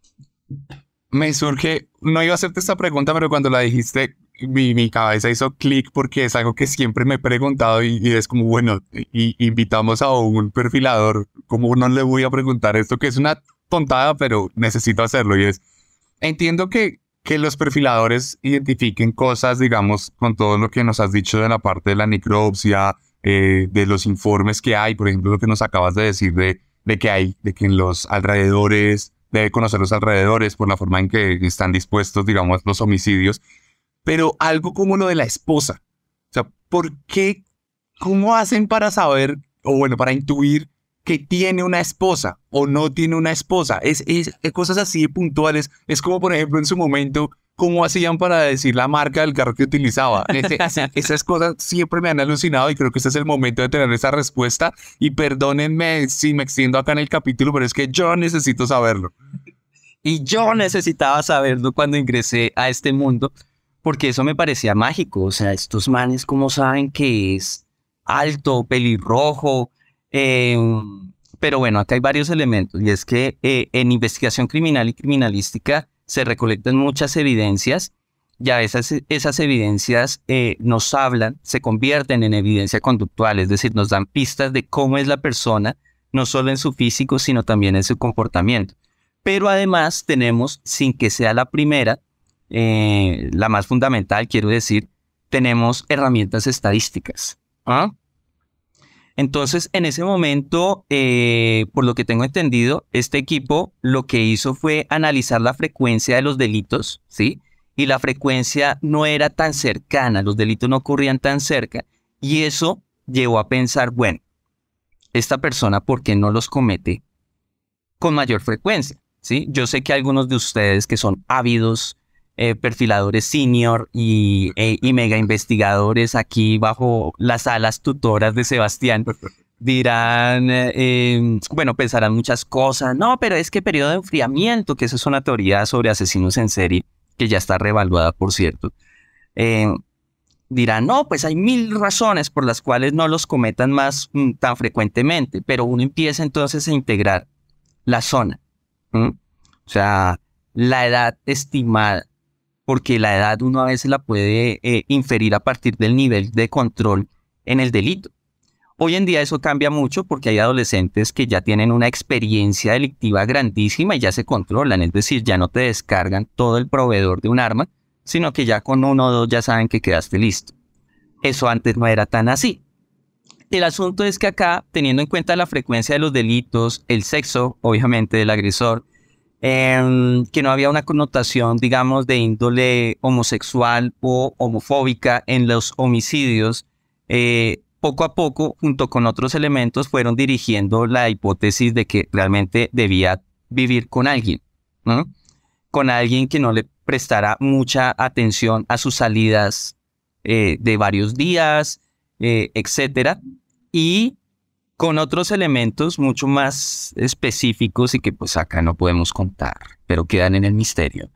Me surge, no iba a hacerte esta pregunta, pero cuando la dijiste, mi cabeza hizo clic porque es algo que siempre me he preguntado y es como, bueno, y invitamos a un perfilador, ¿cómo no le voy a preguntar esto? Que es una tontada, pero necesito hacerlo. Y es, entiendo que los perfiladores identifiquen cosas, digamos, con todo lo que nos has dicho de la parte de la necropsia, de los informes que hay, por ejemplo, lo que nos acabas de decir de que en los alrededores, debe conocer los alrededores por la forma en que están dispuestos, digamos, los homicidios, pero algo como lo de la esposa. O sea, ¿por qué? ¿Cómo hacen para saber, o bueno, para intuir que tiene una esposa o no tiene una esposa? Es cosas así de puntuales. Es como, por ejemplo, en su momento, ¿cómo hacían para decir la marca del carro que utilizaba? Esas cosas siempre me han alucinado y creo que este es el momento de tener esa respuesta. Y perdónenme si me extiendo acá en el capítulo, pero es que yo necesito saberlo. Y yo necesitaba saberlo cuando ingresé a este mundo, porque eso me parecía mágico. O sea, estos manes, ¿cómo saben que es alto, pelirrojo? Pero bueno, acá hay varios elementos. Y es que en investigación criminal y criminalística se recolectan muchas evidencias y a veces esas evidencias nos hablan, se convierten en evidencia conductual, es decir, nos dan pistas de cómo es la persona, no solo en su físico, sino también en su comportamiento. Pero además tenemos, sin que sea la primera, la más fundamental, quiero decir, tenemos herramientas estadísticas. ¿Ah? Entonces, en ese momento, por lo que tengo entendido, este equipo lo que hizo fue analizar la frecuencia de los delitos, ¿sí? Y la frecuencia no era tan cercana, los delitos no ocurrían tan cerca. Y eso llevó a pensar, bueno, esta persona, ¿por qué no los comete con mayor frecuencia? ¿Sí? Yo sé que algunos de ustedes que son ávidos perfiladores senior y mega investigadores aquí bajo las alas tutoras de Sebastián dirán, bueno, pensarán muchas cosas. No, pero es que periodo de enfriamiento, que esa es una teoría sobre asesinos en serie que ya está reevaluada, por cierto. Dirán, no, pues hay 1000 razones por las cuales no los cometan más tan frecuentemente, pero uno empieza entonces a integrar la zona, o sea, la edad estimada, porque la edad uno a veces la puede inferir a partir del nivel de control en el delito. Hoy en día eso cambia mucho porque hay adolescentes que ya tienen una experiencia delictiva grandísima y ya se controlan, es decir, ya no te descargan todo el proveedor de un arma, sino que ya con 1 o 2 ya saben que quedaste listo. Eso antes no era tan así. El asunto es que acá, teniendo en cuenta la frecuencia de los delitos, el sexo, obviamente, del agresor, que no había una connotación, digamos, de índole homosexual o homofóbica en los homicidios, poco a poco, junto con otros elementos, fueron dirigiendo la hipótesis de que realmente debía vivir con alguien, ¿no? Con alguien que no le prestara mucha atención a sus salidas de varios días, etcétera, y con otros elementos mucho más específicos y que pues acá no podemos contar, pero quedan en el misterio.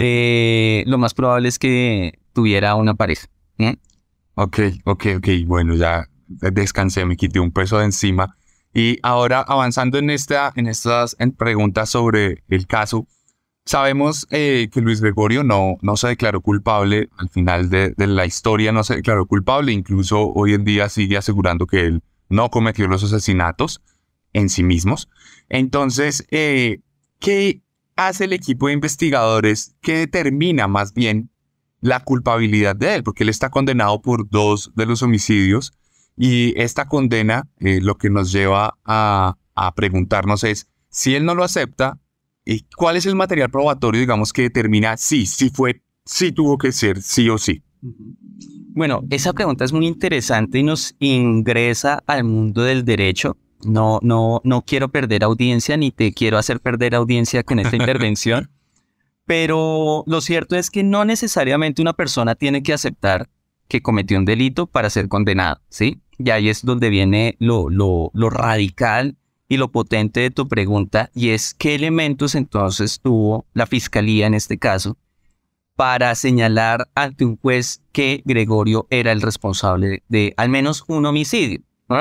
Lo más probable es que tuviera una pareja. Ok. Bueno, ya descansé, me quité un peso de encima. Y ahora avanzando en estas preguntas sobre el caso, sabemos que Luis Gregorio no se declaró culpable al final de la historia, no se declaró culpable, incluso hoy en día sigue asegurando que él no cometió los asesinatos en sí mismos. Entonces, ¿qué hace el equipo de investigadores que determina más bien la culpabilidad de él? Porque él está condenado por 2 de los homicidios y esta condena lo que nos lleva a preguntarnos es, si él no lo acepta, ¿cuál es el material probatorio, digamos, que determina si tuvo que ser sí o sí? Bueno, esa pregunta es muy interesante y nos ingresa al mundo del derecho. No quiero perder audiencia ni te quiero hacer perder audiencia con esta intervención, pero lo cierto es que no necesariamente una persona tiene que aceptar que cometió un delito para ser condenado, ¿sí? Y ahí es donde viene lo radical y lo potente de tu pregunta, y es qué elementos entonces tuvo la fiscalía en este caso para señalar ante un juez que Gregorio era el responsable de al menos un homicidio, ¿no?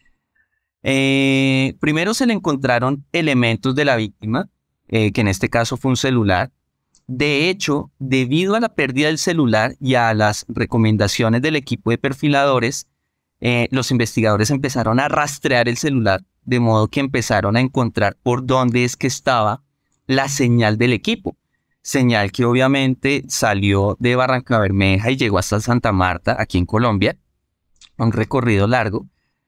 Primero se le encontraron elementos de la víctima, que en este caso fue un celular. De hecho, debido a la pérdida del celular y a las recomendaciones del equipo de perfiladores, los investigadores empezaron a rastrear el celular, de modo que empezaron a encontrar por dónde es que estaba la señal del equipo. Señal que obviamente salió de Barrancabermeja y llegó hasta Santa Marta, aquí en Colombia. un recorrido largo.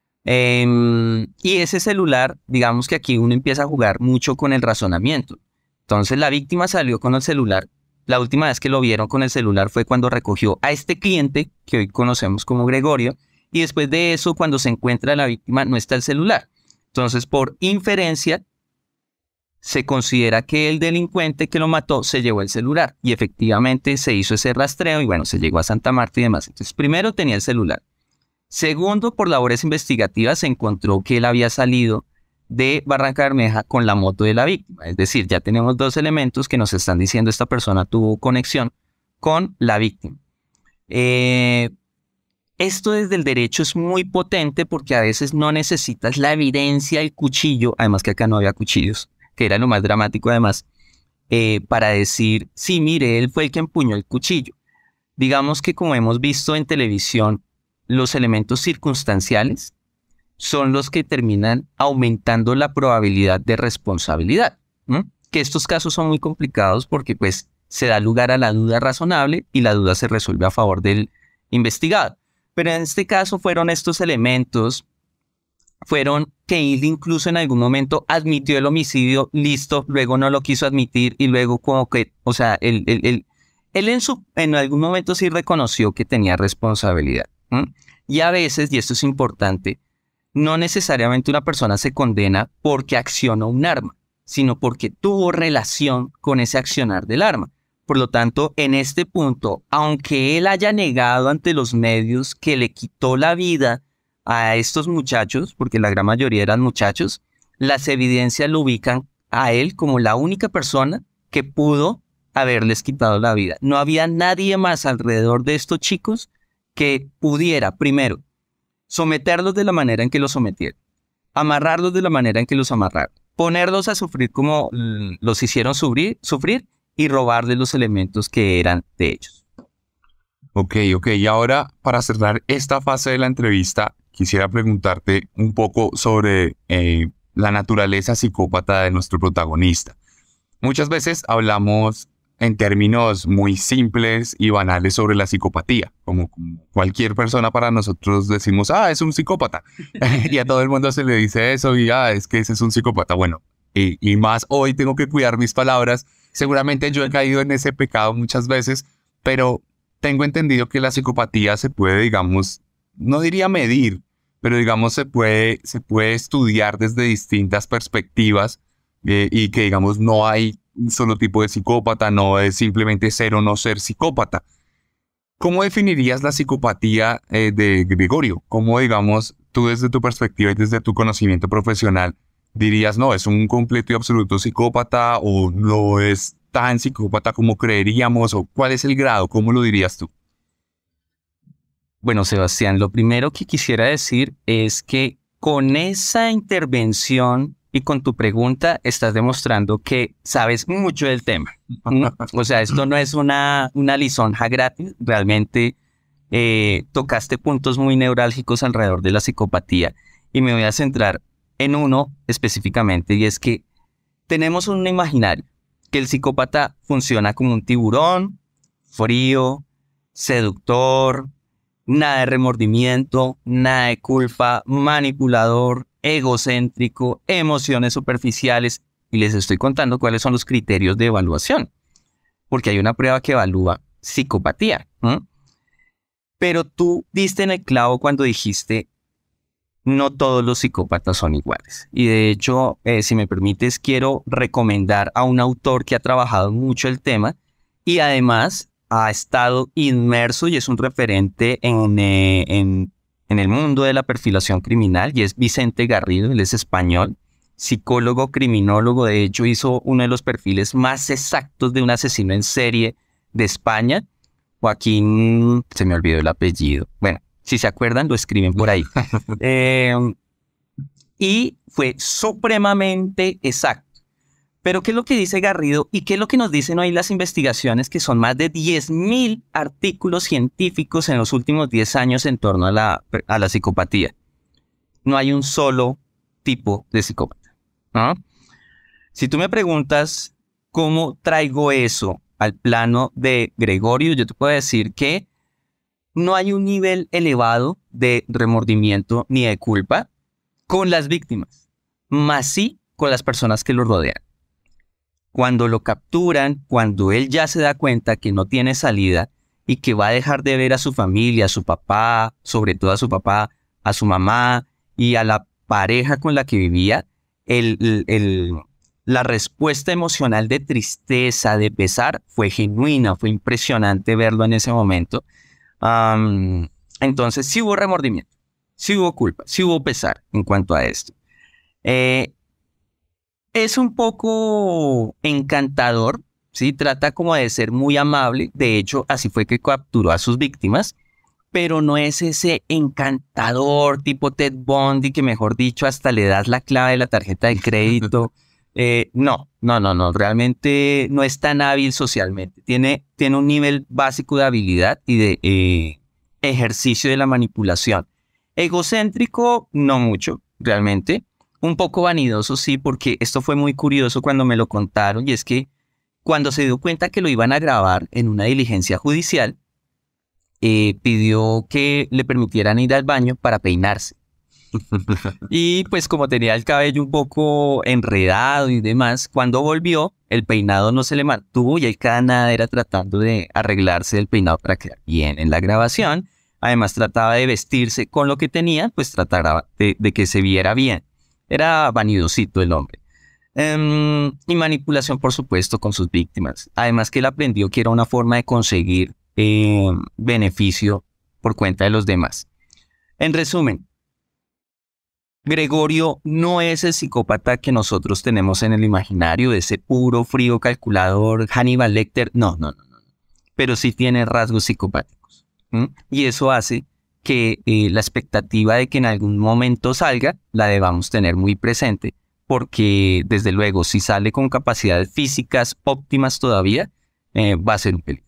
Y ese celular, digamos que aquí uno empieza a jugar mucho con el razonamiento. Entonces la víctima salió con el celular. La última vez que lo vieron con el celular fue cuando recogió a este cliente, que hoy conocemos como Gregorio, y después de eso, cuando se encuentra la víctima, no está el celular. Entonces, por inferencia, se considera que el delincuente que lo mató se llevó el celular, y efectivamente se hizo ese rastreo, y bueno, se llegó a Santa Marta y demás. Entonces, primero tenía el celular. Segundo, por labores investigativas, se encontró que él había salido de Barranca Bermeja con la moto de la víctima. Es decir, ya tenemos 2 elementos que nos están diciendo esta persona tuvo conexión con la víctima. Esto desde el derecho es muy potente porque a veces no necesitas la evidencia, el cuchillo, además que acá no había cuchillos, que era lo más dramático además, para decir, sí, mire, él fue el que empuñó el cuchillo. Digamos que como hemos visto en televisión, los elementos circunstanciales son los que terminan aumentando la probabilidad de responsabilidad. Que estos casos son muy complicados porque pues se da lugar a la duda razonable y la duda se resuelve a favor del investigado. Pero en este caso fueron estos elementos, fueron que él incluso en algún momento admitió el homicidio, listo, luego no lo quiso admitir y luego como que, o sea, él en algún momento sí reconoció que tenía responsabilidad. Y a veces, y esto es importante, no necesariamente una persona se condena porque accionó un arma, sino porque tuvo relación con ese accionar del arma. Por lo tanto, en este punto, aunque él haya negado ante los medios que le quitó la vida a estos muchachos, porque la gran mayoría eran muchachos, las evidencias lo ubican a él como la única persona que pudo haberles quitado la vida. No había nadie más alrededor de estos chicos que pudiera, primero, someterlos de la manera en que los sometieron, amarrarlos de la manera en que los amarraron, ponerlos a sufrir como los hicieron sufrir y robarles los elementos que eran de ellos. Ok. Y ahora, para cerrar esta fase de la entrevista, quisiera preguntarte un poco sobre la naturaleza psicópata de nuestro protagonista. Muchas veces hablamos en términos muy simples y banales sobre la psicopatía, como cualquier persona para nosotros decimos, es un psicópata, y a todo el mundo se le dice eso, y es que ese es un psicópata. Bueno, y más hoy tengo que cuidar mis palabras, seguramente yo he caído en ese pecado muchas veces, pero tengo entendido que la psicopatía se puede, digamos, no diría medir, pero digamos se puede estudiar desde distintas perspectivas, y que digamos no hay un solo tipo de psicópata, no es simplemente ser o no ser psicópata. ¿Cómo definirías la psicopatía de Gregorio? ¿Cómo, digamos, tú desde tu perspectiva y desde tu conocimiento profesional dirías, no, es un completo y absoluto psicópata o no es tan psicópata como creeríamos? ¿O cuál es el grado? ¿Cómo lo dirías tú? Bueno, Sebastián, lo primero que quisiera decir es que con esa intervención y con tu pregunta estás demostrando que sabes mucho del tema. O sea, esto no es una lisonja gratis. Realmente tocaste puntos muy neurálgicos alrededor de la psicopatía. Y me voy a centrar en uno específicamente, y es que tenemos un imaginario que el psicópata funciona como un tiburón, frío, seductor, nada de remordimiento, nada de culpa, manipulador, egocéntrico, emociones superficiales, y les estoy contando cuáles son los criterios de evaluación, porque hay una prueba que evalúa psicopatía. Pero tú diste en el clavo cuando dijiste, no todos los psicópatas son iguales. Y de hecho, si me permites, quiero recomendar a un autor que ha trabajado mucho el tema y además ha estado inmerso y es un referente en el mundo de la perfilación criminal, y es Vicente Garrido. Él es español, psicólogo, criminólogo. De hecho, hizo uno de los perfiles más exactos de un asesino en serie de España. Joaquín, se me olvidó el apellido. Bueno, si se acuerdan, lo escriben por ahí. Y fue supremamente exacto. Pero ¿qué es lo que dice Garrido y qué es lo que nos dicen hoy las investigaciones, que son más de 10.000 artículos científicos en los últimos 10 años en torno a la psicopatía? No hay un solo tipo de psicópata, ¿no? Si tú me preguntas cómo traigo eso al plano de Gregorio, yo te puedo decir que no hay un nivel elevado de remordimiento ni de culpa con las víctimas, más sí con las personas que lo rodean. Cuando lo capturan, cuando él ya se da cuenta que no tiene salida y que va a dejar de ver a su familia, a su papá, sobre todo a su papá, a su mamá y a la pareja con la que vivía, la respuesta emocional de tristeza, de pesar, fue genuina, fue impresionante verlo en ese momento. Entonces sí hubo remordimiento, sí hubo culpa, sí hubo pesar en cuanto a esto. Es un poco encantador, ¿sí? Trata como de ser muy amable. De hecho, así fue que capturó a sus víctimas, pero no es ese encantador tipo Ted Bundy que, mejor dicho, hasta le das la clave de la tarjeta de crédito. No, realmente no es tan hábil socialmente. Tiene un nivel básico de habilidad y de ejercicio de la manipulación. Egocéntrico, no mucho, realmente. Un poco vanidoso, sí, porque esto fue muy curioso cuando me lo contaron, y es que cuando se dio cuenta que lo iban a grabar en una diligencia judicial, pidió que le permitieran ir al baño para peinarse. Y pues como tenía el cabello un poco enredado y demás, cuando volvió, el peinado no se le mantuvo y él cada nada era tratando de arreglarse el peinado para quedar bien en la grabación. Además trataba de vestirse con lo que tenía, pues trataba de que se viera bien. Era vanidosito el hombre. Y manipulación, por supuesto, con sus víctimas. Además que él aprendió que era una forma de conseguir beneficio por cuenta de los demás. En resumen, Gregorio no es el psicópata que nosotros tenemos en el imaginario, ese puro, frío, calculador, Hannibal Lecter. No. Pero sí tiene rasgos psicopáticos. Y eso hace que la expectativa de que en algún momento salga la debamos tener muy presente, porque desde luego si sale con capacidades físicas óptimas todavía, va a ser un peligro.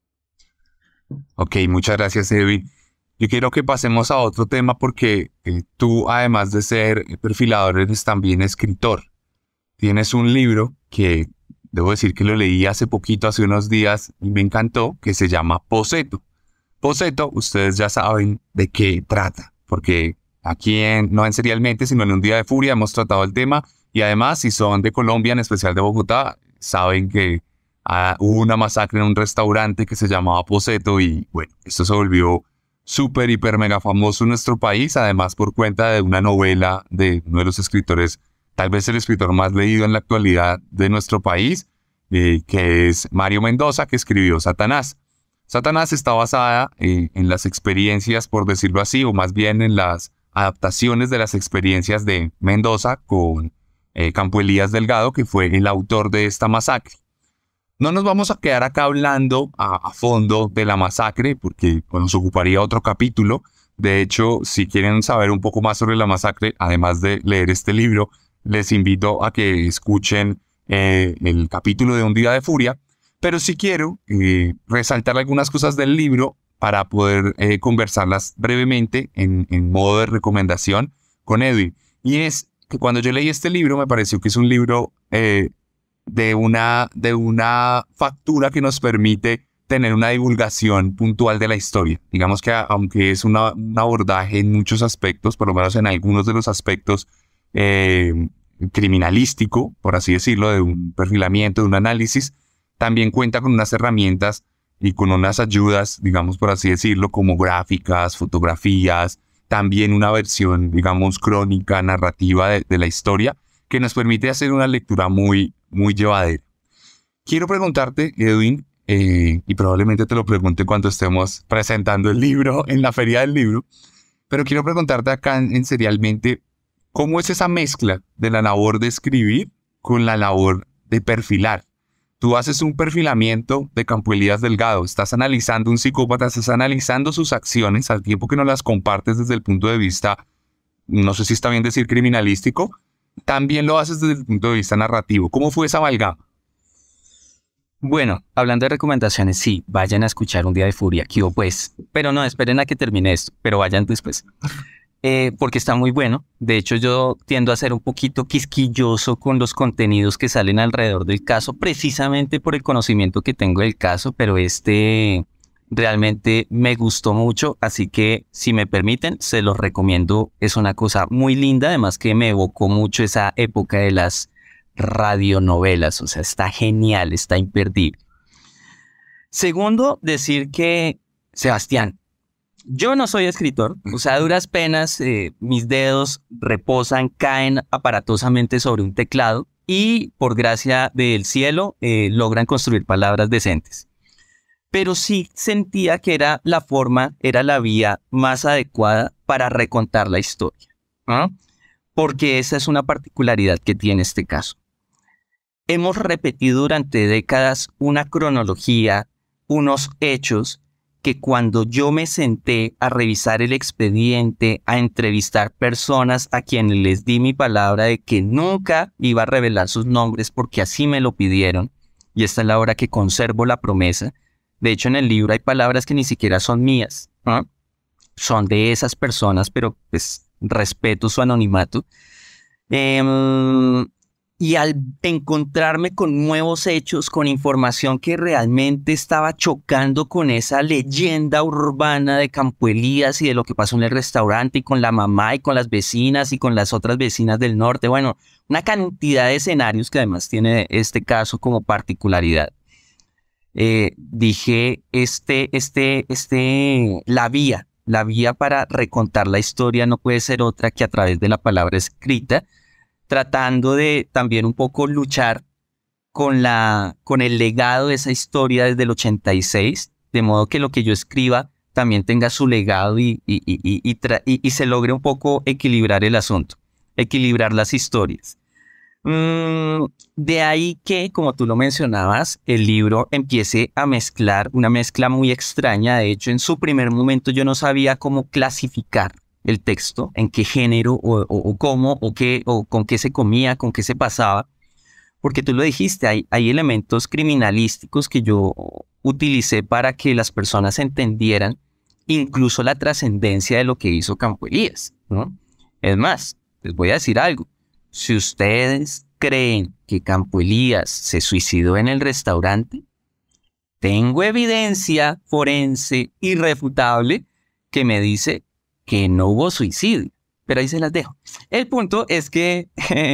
Ok, muchas gracias, Edwin. Yo quiero que pasemos a otro tema porque tú, además de ser perfilador, eres también escritor. Tienes un libro que debo decir que lo leí hace poquito, hace unos días, y me encantó, que se llama Poseto. Poseto, ustedes ya saben de qué trata, porque aquí no en Serialmente, sino en Un Día de Furia hemos tratado el tema, y además, si son de Colombia, en especial de Bogotá, saben que hubo una masacre en un restaurante que se llamaba Poseto, y bueno, esto se volvió súper, hiper, mega famoso en nuestro país, además por cuenta de una novela de uno de los escritores, tal vez el escritor más leído en la actualidad de nuestro país, que es Mario Mendoza, que escribió Satanás. Satanás está basada en las experiencias, por decirlo así, o más bien en las adaptaciones de las experiencias de Mendoza con Campo Elías Delgado, que fue el autor de esta masacre. No nos vamos a quedar acá hablando a fondo de la masacre, porque nos ocuparía otro capítulo. De hecho, si quieren saber un poco más sobre la masacre, además de leer este libro, les invito a que escuchen el capítulo de Un Día de Furia. Pero sí quiero resaltar algunas cosas del libro para poder conversarlas brevemente en modo de recomendación con Edwin. Y es que cuando yo leí este libro me pareció que es un libro de una factura que nos permite tener una divulgación puntual de la historia. Digamos que aunque es un abordaje en muchos aspectos, por lo menos en algunos de los aspectos criminalístico, por así decirlo, de un perfilamiento, de un análisis, también cuenta con unas herramientas y con unas ayudas, digamos por así decirlo, como gráficas, fotografías, también una versión, digamos, crónica, narrativa de la historia, que nos permite hacer una lectura muy, muy llevadera. Quiero preguntarte, Edwin, y probablemente te lo pregunte cuando estemos presentando el libro en la Feria del Libro, pero quiero preguntarte acá en Serialmente, ¿cómo es esa mezcla de la labor de escribir con la labor de perfilar? Tú haces un perfilamiento de Campo Elías Delgado, estás analizando un psicópata, estás analizando sus acciones al tiempo que no las compartes desde el punto de vista, no sé si está bien decir criminalístico, también lo haces desde el punto de vista narrativo. ¿Cómo fue esa amalgama? Bueno, hablando de recomendaciones, sí, vayan a escuchar Un Día de Furia, ¿qué hubo pues? Pero no, esperen a que termine esto, pero vayan después. Porque está muy bueno. De hecho, yo tiendo a ser un poquito quisquilloso con los contenidos que salen alrededor del caso, precisamente por el conocimiento que tengo del caso, pero este Realmente me gustó mucho, así que si me permiten, se los recomiendo. Es una cosa muy linda, además que me evocó mucho esa época de las radionovelas. O sea, está genial, está imperdible. Segundo, decir que, Sebastián, yo no soy escritor. O sea, a duras penas mis dedos reposan, caen aparatosamente sobre un teclado y por gracia del cielo logran construir palabras decentes. Pero sí sentía que era la forma, era la vía más adecuada para recontar la historia, ¿no? Porque esa es una particularidad que tiene este caso. Hemos repetido durante décadas una cronología, unos hechos que cuando yo me senté a revisar el expediente, a entrevistar personas a quienes les di mi palabra de que nunca iba a revelar sus nombres porque así me lo pidieron, y esta es la hora que conservo la promesa. De hecho, en el libro hay palabras que ni siquiera son mías, ¿no? Son de esas personas, pero pues respeto su anonimato. Y al encontrarme con nuevos hechos, con información que realmente estaba chocando con esa leyenda urbana de Campo Elías y de lo que pasó en el restaurante y con la mamá y con las vecinas y con las otras vecinas del norte, bueno, una cantidad de escenarios que además tiene este caso como particularidad. Dije, la vía para recontar la historia no puede ser otra que a través de la palabra escrita, tratando de también un poco luchar con el legado de esa historia desde el 86, de modo que lo que yo escriba también tenga su legado y se logre un poco equilibrar el asunto, equilibrar las historias. De ahí que, como tú lo mencionabas, el libro empiece a mezclar una mezcla muy extraña. De hecho, en su primer momento yo no sabía cómo clasificar el texto, en qué género o cómo o qué o con qué se comía, con qué se pasaba, porque tú lo dijiste, hay elementos criminalísticos que yo utilicé para que las personas entendieran incluso la trascendencia de lo que hizo Campo Elías, ¿no? Es más, les voy a decir algo. Si ustedes creen que Campo Elías se suicidó en el restaurante, tengo evidencia forense irrefutable que me dice que no hubo suicidio. Pero ahí se las dejo. El punto es que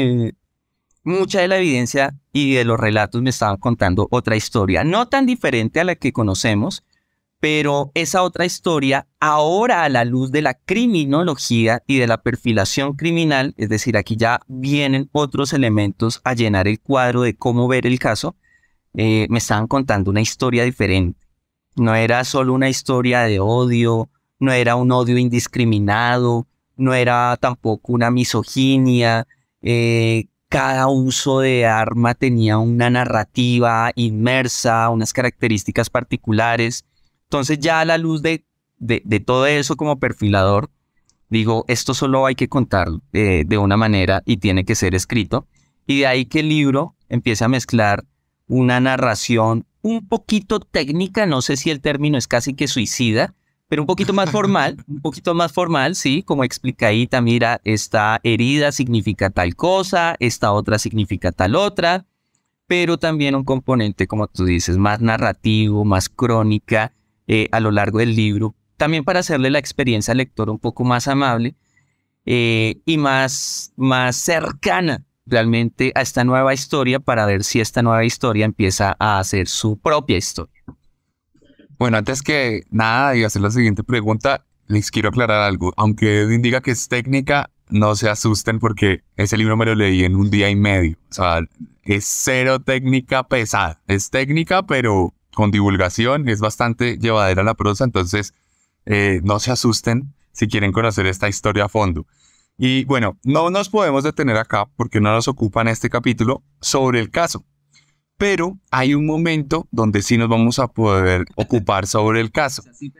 mucha de la evidencia y de los relatos me estaban contando otra historia, no tan diferente a la que conocemos, pero esa otra historia, ahora a la luz de la criminología y de la perfilación criminal, es decir, aquí ya vienen otros elementos a llenar el cuadro de cómo ver el caso, me estaban contando una historia diferente. No era solo una historia de odio, no era un odio indiscriminado, no era tampoco una misoginia. Cada uso de arma tenía una narrativa inmersa, unas características particulares. Entonces ya a la luz de todo eso como perfilador, digo, esto solo hay que contarlo de una manera y tiene que ser escrito. Y de ahí que el libro empiece a mezclar una narración un poquito técnica, no sé si el término es casi que suicida, pero un poquito más formal, sí, como explicadita, mira, esta herida significa tal cosa, esta otra significa tal otra, pero también un componente, como tú dices, más narrativo, más crónica, a lo largo del libro, también para hacerle la experiencia al lector un poco más amable y más cercana realmente a esta nueva historia, para ver si esta nueva historia empieza a hacer su propia historia. Bueno, antes que nada y hacer la siguiente pregunta, les quiero aclarar algo. Aunque Edwin diga que es técnica, no se asusten porque ese libro me lo leí en un día y medio. O sea, es cero técnica pesada. Es técnica, pero con divulgación, es bastante llevadera la prosa, entonces no se asusten si quieren conocer esta historia a fondo. Y bueno, no nos podemos detener acá porque no nos ocupa en este capítulo sobre el caso, pero hay un momento donde sí nos vamos a poder ocupar sobre el caso.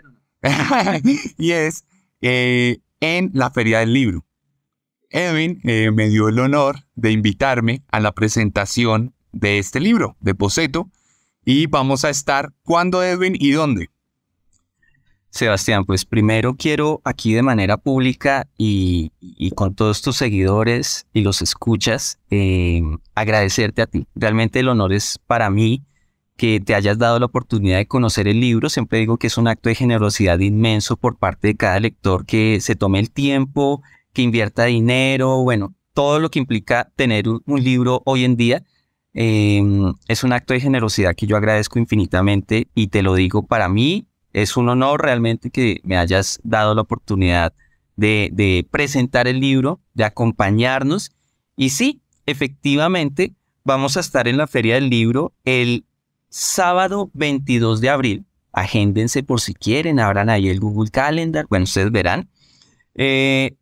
Y es en la Feria del Libro. Edwin me dio el honor de invitarme a la presentación de este libro, de Boceto. Y vamos a estar, ¿cuándo, Edwin, y dónde? Sebastián, pues primero quiero aquí de manera pública y con todos tus seguidores y los escuchas, agradecerte a ti. Realmente el honor es para mí que te hayas dado la oportunidad de conocer el libro. Siempre digo que es un acto de generosidad inmenso por parte de cada lector que se tome el tiempo, que invierta dinero, bueno, todo lo que implica tener un libro hoy en día. Es un acto de generosidad que yo agradezco infinitamente y te lo digo, para mí es un honor realmente que me hayas dado la oportunidad de presentar el libro, de acompañarnos. Y sí, efectivamente, vamos a estar en la Feria del Libro el sábado 22 de abril. Agéndense por si quieren, abran ahí el Google Calendar, bueno, ustedes verán. Desde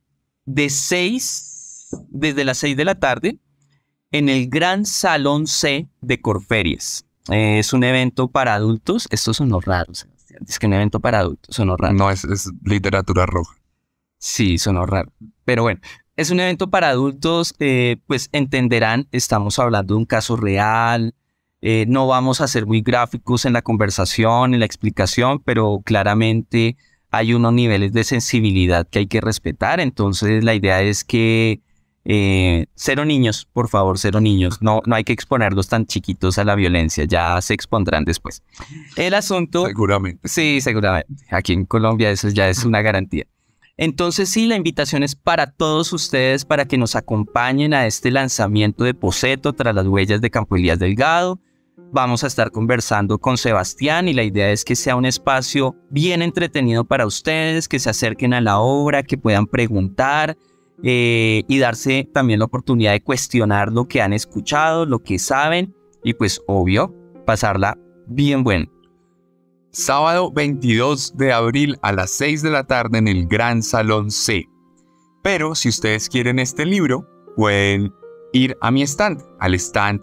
las 6 de la tarde, en el Gran Salón C de Corferias. Es un evento para adultos. Estos son los raros, Sebastián. Es que un evento para adultos son los raros. No, es literatura roja. Sí, son raros. Pero bueno, es un evento para adultos, pues entenderán, estamos hablando de un caso real. No vamos a ser muy gráficos en la conversación, en la explicación, pero claramente hay unos niveles de sensibilidad que hay que respetar. Entonces la idea es que cero niños, por favor, cero niños. No hay que exponerlos tan chiquitos a la violencia, ya se expondrán después. El asunto... Seguramente. Sí, seguramente. Aquí en Colombia eso ya es una garantía. Entonces sí, la invitación es para todos ustedes para que nos acompañen a este lanzamiento de Poseto tras las huellas de Campo Elías Delgado. Vamos a estar conversando con Sebastián y la idea es que sea un espacio bien entretenido para ustedes, que se acerquen a la obra, que puedan preguntar y darse también la oportunidad de cuestionar lo que han escuchado, lo que saben y pues obvio, pasarla bien bueno. Sábado 22 de abril a las 6 de la tarde en el Gran Salón C. Pero si ustedes quieren este libro, pueden ir a mi stand, al stand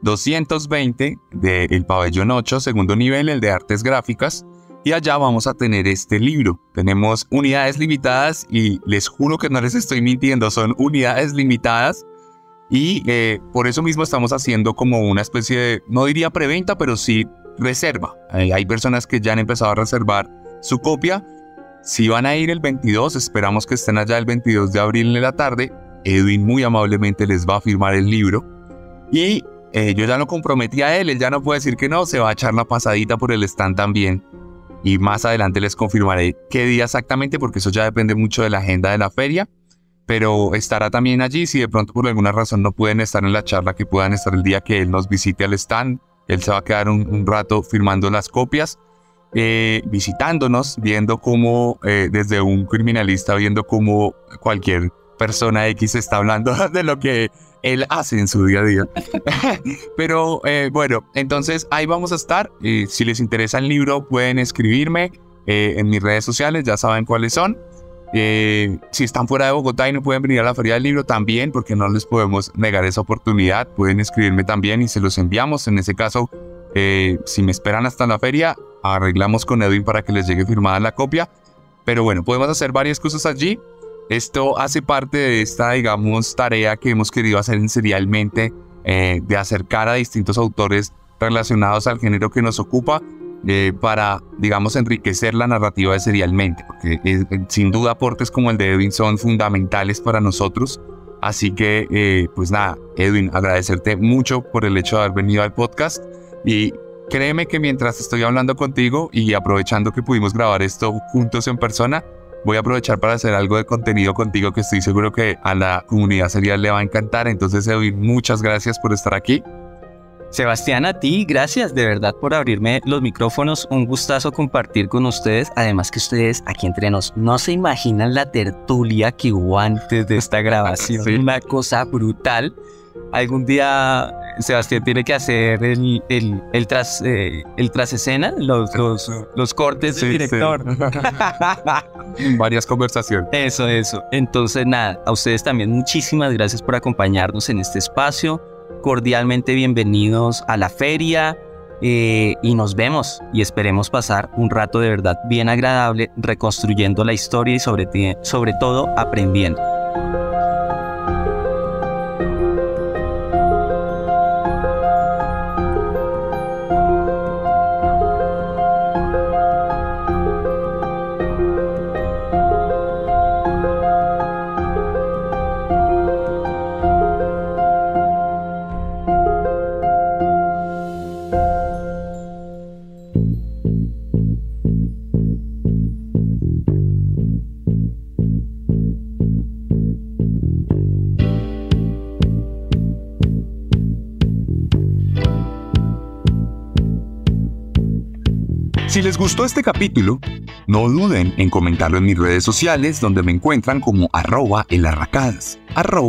220 del pabellón 8, segundo nivel, el de artes gráficas, y allá vamos a tener este libro. Tenemos unidades limitadas y les juro que no les estoy mintiendo, son unidades limitadas y por eso mismo estamos haciendo como una especie de, no diría preventa, pero sí reserva. Hay personas que ya han empezado a reservar su copia. Si van a ir el 22, esperamos que estén allá el 22 de abril en la tarde. Edwin muy amablemente les va a firmar el libro y yo ya lo comprometí a él ya no puede decir que no, se va a echar la pasadita por el stand también y más adelante les confirmaré qué día exactamente porque eso ya depende mucho de la agenda de la feria, pero estará también allí. Si de pronto por alguna razón no pueden estar en la charla, que puedan estar el día que él nos visite al stand. Él se va a quedar un rato firmando las copias, visitándonos, viendo cómo, desde un criminalista, viendo cómo cualquier persona X está hablando de lo que él hace en su día a día. Pero bueno, entonces ahí vamos a estar. Si les interesa el libro, pueden escribirme en mis redes sociales, ya saben cuáles son. Si están fuera de Bogotá y no pueden venir a la Feria del Libro también, porque no les podemos negar esa oportunidad, pueden escribirme también y se los enviamos. En ese caso, si me esperan hasta la feria, arreglamos con Edwin para que les llegue firmada la copia. Pero bueno, podemos hacer varias cosas allí. Esto hace parte de esta, digamos, tarea que hemos querido hacer en Serialmente, de acercar a distintos autores relacionados al género que nos ocupa, para, digamos, enriquecer la narrativa de Serialmente, porque sin duda aportes como el de Edwin son fundamentales para nosotros. Así que, pues nada, Edwin, agradecerte mucho por el hecho de haber venido al podcast y créeme que mientras estoy hablando contigo y aprovechando que pudimos grabar esto juntos en persona, voy a aprovechar para hacer algo de contenido contigo que estoy seguro que a la comunidad serial le va a encantar. Entonces, Edwin, muchas gracias por estar aquí. Sebastián, a ti, gracias de verdad por abrirme los micrófonos, un gustazo compartir con ustedes, además que ustedes aquí entre nos no se imaginan la tertulia que hubo antes de esta grabación, sí. Una cosa brutal. Algún día Sebastián tiene que hacer el tras escena, los cortes del director. Sí. Varias conversaciones. Eso. Entonces nada, a ustedes también muchísimas gracias por acompañarnos en este espacio. Cordialmente bienvenidos a la feria y nos vemos y esperemos pasar un rato de verdad bien agradable reconstruyendo la historia y sobre todo aprendiendo. Si les gustó este capítulo, no duden en comentarlo en mis redes sociales, donde me encuentran como @elarracadas,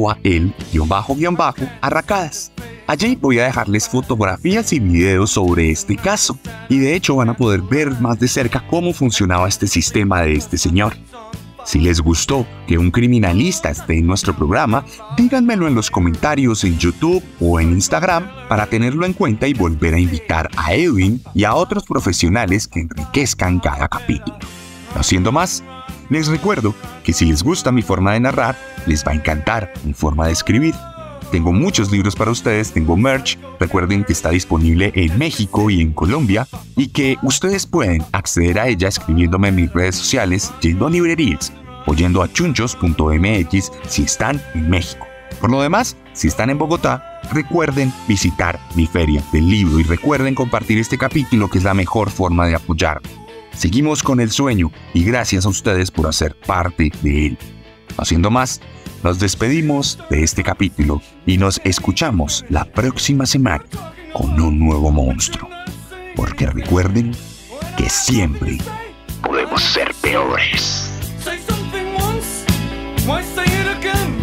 @el_arracadas. Allí voy a dejarles fotografías y videos sobre este caso, y de hecho van a poder ver más de cerca cómo funcionaba este sistema de este señor. Si les gustó que un criminalista esté en nuestro programa, díganmelo en los comentarios en YouTube o en Instagram para tenerlo en cuenta y volver a invitar a Edwin y a otros profesionales que enriquezcan cada capítulo. No siendo más, les recuerdo que si les gusta mi forma de narrar, les va a encantar mi forma de escribir. Tengo muchos libros para ustedes, tengo merch, recuerden que está disponible en México y en Colombia y que ustedes pueden acceder a ella escribiéndome en mis redes sociales, yendo a librerías o yendo a chunchos.mx si están en México. Por lo demás, si están en Bogotá, recuerden visitar mi feria del libro y recuerden compartir este capítulo, que es la mejor forma de apoyarme. Seguimos con el sueño y gracias a ustedes por hacer parte de él. No siendo más, nos despedimos de este capítulo y nos escuchamos la próxima semana con un nuevo monstruo. Porque recuerden que siempre podemos ser peores. Say something once, why say it again?